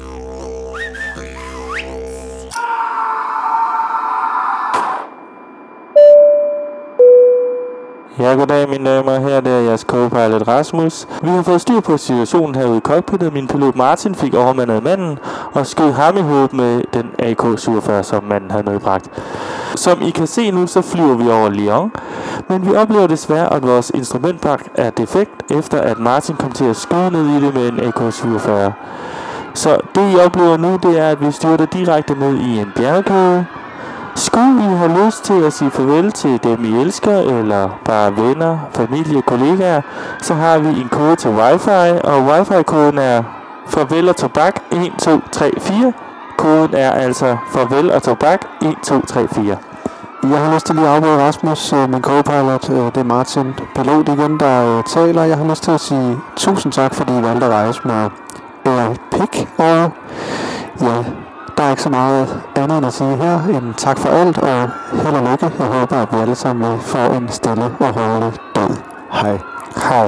Ja, goddag mine damer. Her er jeres co-pilot Rasmus. Vi har fået styr på situationen herude i cockpittet. Min pilot Martin fik overmandet manden og skød ham i hovedet med den A K syvogfyrre, som manden havde medbragt. Som I kan se nu, så flyver vi over Lyon. Men vi oplever desværre, at vores instrumentpakke er defekt, efter at Martin kom til at skyde ned i det med en A K syvogfyrre. Så det I oplever nu, det er, at vi styrter direkte ned i en bjergkæde. Skulle I have lyst til at sige farvel til dem, I elsker, eller bare venner, familie, kollegaer, så har vi en kode til Wi-Fi, og Wi-Fi-koden er farvel og tobak et to tre fire. Koden er altså farvel og tobak et to tre fire. Jeg har lyst til lige at afbryde Rasmus, min co-pilot. Det er Martin, pilot igen, der taler. Jeg har lyst til at sige tusind tak, fordi I valgte at rejse med Airpic, og ja... Der er ikke så meget andet end at sige her end tak for alt, og held og lykke. Jeg håber, at vi alle sammen får en stille og rolig død. Hej. Hej.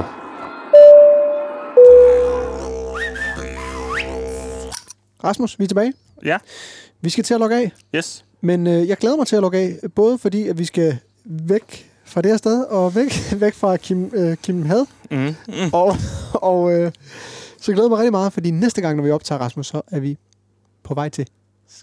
Rasmus, vi er tilbage. Ja. Vi skal til at logge af. Yes. Men øh, jeg glæder mig til at logge af, både fordi, at vi skal væk fra det her sted, og væk, væk fra Kim, øh, Kim Had. Mm. Mm. Og, og øh, så glæder jeg mig rigtig meget, fordi næste gang, når vi optager Rasmus, så er vi på vej til.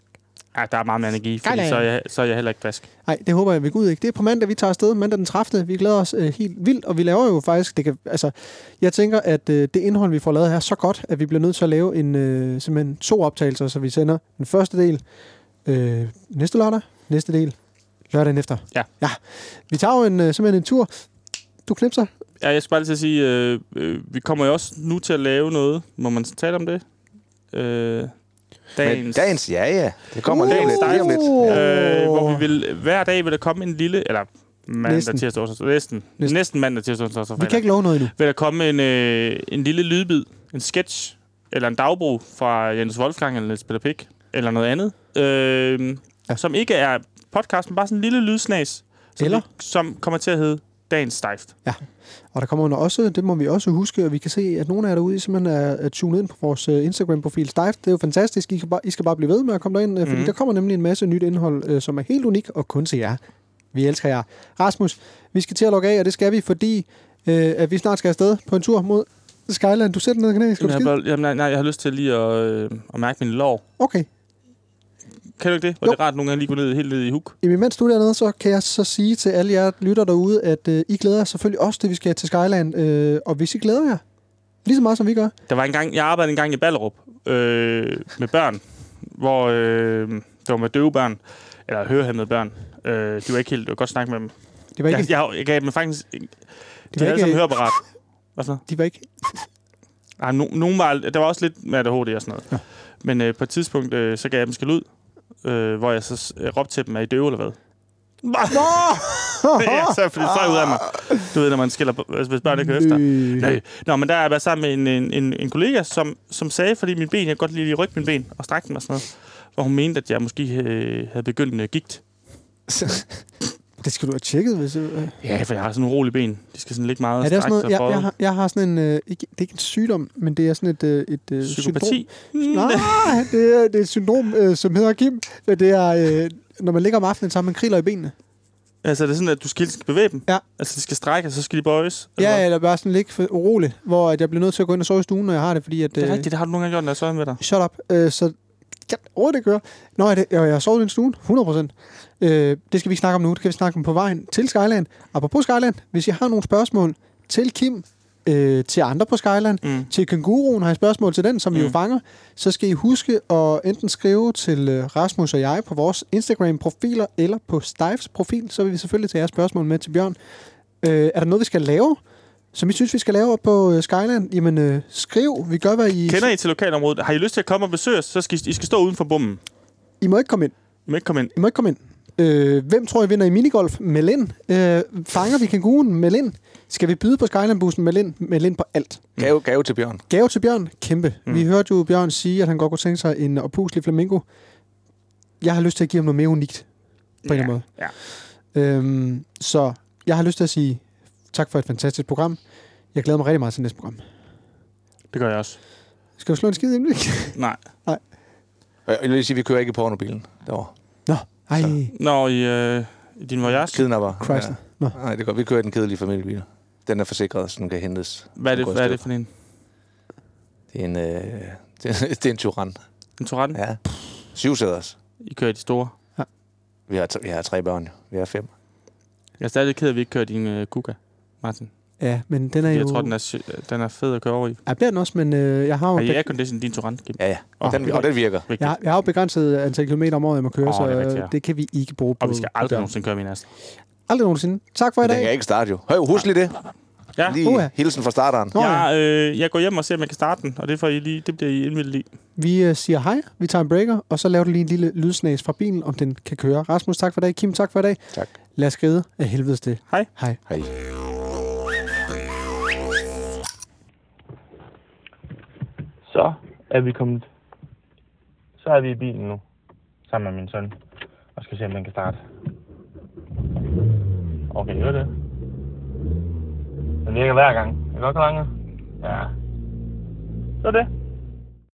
Ja, der er meget mere energi, fordi så er, jeg, så er jeg heller ikke frisk. Nej, det håber jeg ved Gud ikke. Det er på mandag, vi tager afsted. Mandag den tredivte Vi glæder os øh, helt vildt, og vi laver jo faktisk... Det kan, altså, jeg tænker, at øh, det indhold, vi får lavet her, er så godt, at vi bliver nødt til at lave en, øh, simpelthen to optagelser, så vi sender den første del øh, næste lørdag, næste del lørdagen efter. Ja. Ja. Vi tager jo en, øh, simpelthen en tur. Du knipser. Ja, jeg skal bare lige til at sige, øh, øh, vi kommer jo også nu til at lave noget. Må man tale om det? Øh... Dagens, Men dagens, ja ja. Det kommer uh, lige om lidt. Lige om lidt. Øh, hvor vi vil, hver dag vil der komme en lille, eller mandag, Næsten. tirsdag, onsdag, næsten, næsten, næsten mandag, tirsdag, onsdag, fredag. Vi kan ikke love noget endnu. Vil der komme en, øh, en lille lydbid, en sketch, eller en dagbog fra Jens Wolfgang eller Niels Peter Pick, eller noget andet, øh, ja. som ikke er podcasten, bare sådan en lille lydsnas, som, Eller? vi, som kommer til at hedde Dagens Stejft. Ja, og der kommer jo også, det må vi også huske, og vi kan se, at nogle af jer derude simpelthen er, er tunet ind på vores uh, Instagram-profil Stejft. Det er jo fantastisk. I, kan bare, I skal bare blive ved med at komme derind, mm. fordi Mhm. der kommer nemlig en masse nyt indhold, uh, som er helt unik og kun til jer. Vi elsker jer. Rasmus, vi skal til at logge af, og det skal vi, fordi uh, at vi snart skal afsted på en tur mod Skyland. Du sætter ned i knæ, skal du Jeg, skide? bare, jamen, nej, nej, jeg har lyst til lige at, øh, at mærke min lår. Okay. Kan du ikke det? Og Jo. det er rart nogle gange lige gå ned, helt ned i huk. Jamen, mens du er dernede, så kan jeg så sige til alle jer lytter derude, at uh, I glæder jer selvfølgelig også til, vi skal til Skyland. Uh, og hvis I glæder jer, lige så meget som vi gør, Der var en gang, jeg arbejdede en gang i Ballerup øh, med børn, hvor øh, det var med døve børn, eller hørehæmmede børn. Øh, de var ikke helt, det var godt snakke med dem. det var ikke... Jeg, jeg, jeg gav dem faktisk, de var havde ikke- som høreapparat. Hvad så? De var ikke... Ej, no, nogen var, der var også lidt med A D H D og sådan noget. Ja. Men øh, på et tidspunkt, øh, så gav jeg dem skæld ud, øh, hvor jeg så øh, råbte til dem, er I døve eller hvad? Ja, så fordi det fløj ud af mig. Du ved, når man skiller, altså, hvis børn ikke hører efter. Nej. Nå, men der er jeg været sammen med en, en, en, en kollega, som, som sagde, fordi min ben, jeg kan godt lide at rykke mine ben og strække dem og sådan noget, hvor hun mente, at jeg måske øh, havde begyndt uh, gigt. Det skal du have tjekket, hvis... Øh. Ja, for jeg har sådan nogle rolige ben. De skal sådan ligge meget Ja, det er sådan strækt noget, og jeg, jeg, bøjet. har, jeg har sådan en... Øh, ikke, det er ikke en sygdom, men det er sådan et, øh, et øh, Psykopati. syndrom. Nej, det er, det er et syndrom, øh, som hedder Kim. Men det er, øh, når man ligger om aftenen, så har man kriller i benene. Altså, det er sådan, at du skal, skal bevæge dem. Ja. Altså, de skal strække, og så skal de bøjes. eller Ja, hvad? eller bare sådan ligge for uroligt, hvor at jeg bliver nødt til at gå ind og sove i stuen, når jeg har det, fordi at... Det er Øh, rigtigt, det har du nogle gange gjort, når jeg så med dig. shut up. Øh, så kan overhovedet ikke gøre. Nå, er det, jeg, jeg har sovet i en stuen, hundrede procent. Øh, det skal vi ikke snakke om nu, det kan vi snakke om på vejen til Skyland. Apropos Skyland, hvis I har nogle spørgsmål til Kim, øh, til andre på Skyland, Mm. til Kænguruen, har I spørgsmål til den, som mm. vi jo Mm. fanger, så skal I huske at enten skrive til øh, Rasmus og jeg på vores Instagram-profiler, eller på Stejfs profil, så vil vi selvfølgelig tage jeres spørgsmål med til Bjørn. Øh, er der noget, vi skal lave, som I synes, vi skal lave op på øh, Skyland? Jamen, øh, skriv. Vi gør, hvad I... Kender I til lokalområdet? Har I lyst til at komme og besøge os, så skal I, I skal stå uden for bommen. I må ikke komme ind. I må ikke komme ind. I må ikke komme ind. Øh, hvem tror I vinder i minigolf? Meld ind. Øh, fanger vi kænguruen? Meld ind. Skal vi byde på Skyland-bussen? Meld ind. Meld ind på alt. Gave, gave til Bjørn. Gave til Bjørn? Kæmpe. Mm. Mm. Vi hørte jo Bjørn sige, at han godt kunne tænke sig en oppuslig flamingo. Jeg har lyst til at give ham noget mere unikt. på en eller anden måde. Ja. Øhm, så jeg har lyst til at sige tak for et fantastisk program. Jeg glæder mig rigtig meget til næste program. Det gør jeg også. Skal du slå en skid ind? Nej. Nej. Jeg vil lige sige, at vi kører ikke i pornobilen derovre. Nå, ej. Så. Nå, i, øh, i din Voyage? Kidnapper. Chrysler. Ja. Nå. Nej, det går. Vi kører i den kedelige familiebil. Den er forsikret, så den kan hentes. Hvad er det, hvad er det for en? Det er en, øh, det, er, det er en Turan. En Touran? Ja. Syvsæders. I kører de store? Ja. Vi har, vi har tre børn, jo. Vi har fem. Jeg er stadig ked af, at vi ikke kører din uh, Kuga, Martin. Ja, men den er jeg jo... tror, den er, den er fed at køre over i. Ja, det er den også, men øh, jeg har jo... Har I aircondition din Touran? Ja, ja. Og, oh, den, og den virker. Jeg har, jeg har jo begrænset antal kilometer om året, jeg må køre, Oh, så det, rigtigt, ja. ja. det kan vi ikke bruge på. Og vi skal aldrig nogensinde køre min Astra. Aldrig nogensinde. Tak for i Men dag. den kan ikke starte jo. Hør, husk lige det. Ja. Lige Uh, ja. hilsen fra starteren. Nå, ja. Jeg, øh, jeg går hjem og ser, om jeg kan starte den, og det, får I lige, det bliver I indvildet i. Vi øh, siger hej, vi tager en breaker, og så laver du lige en lille lydsnæs fra bilen, om den kan køre. Rasmus, tak for i dag. Kim, tak for i dag. Tak. Lad os skride af helvedes det. Hej. Hej. Hej. Så er vi kommet. Så er vi i bilen nu, sammen med min søn, og skal se, om den kan starte. Okay, det er det. Den virker hver gang. Er det godt, Klanger? Ja. Så er det.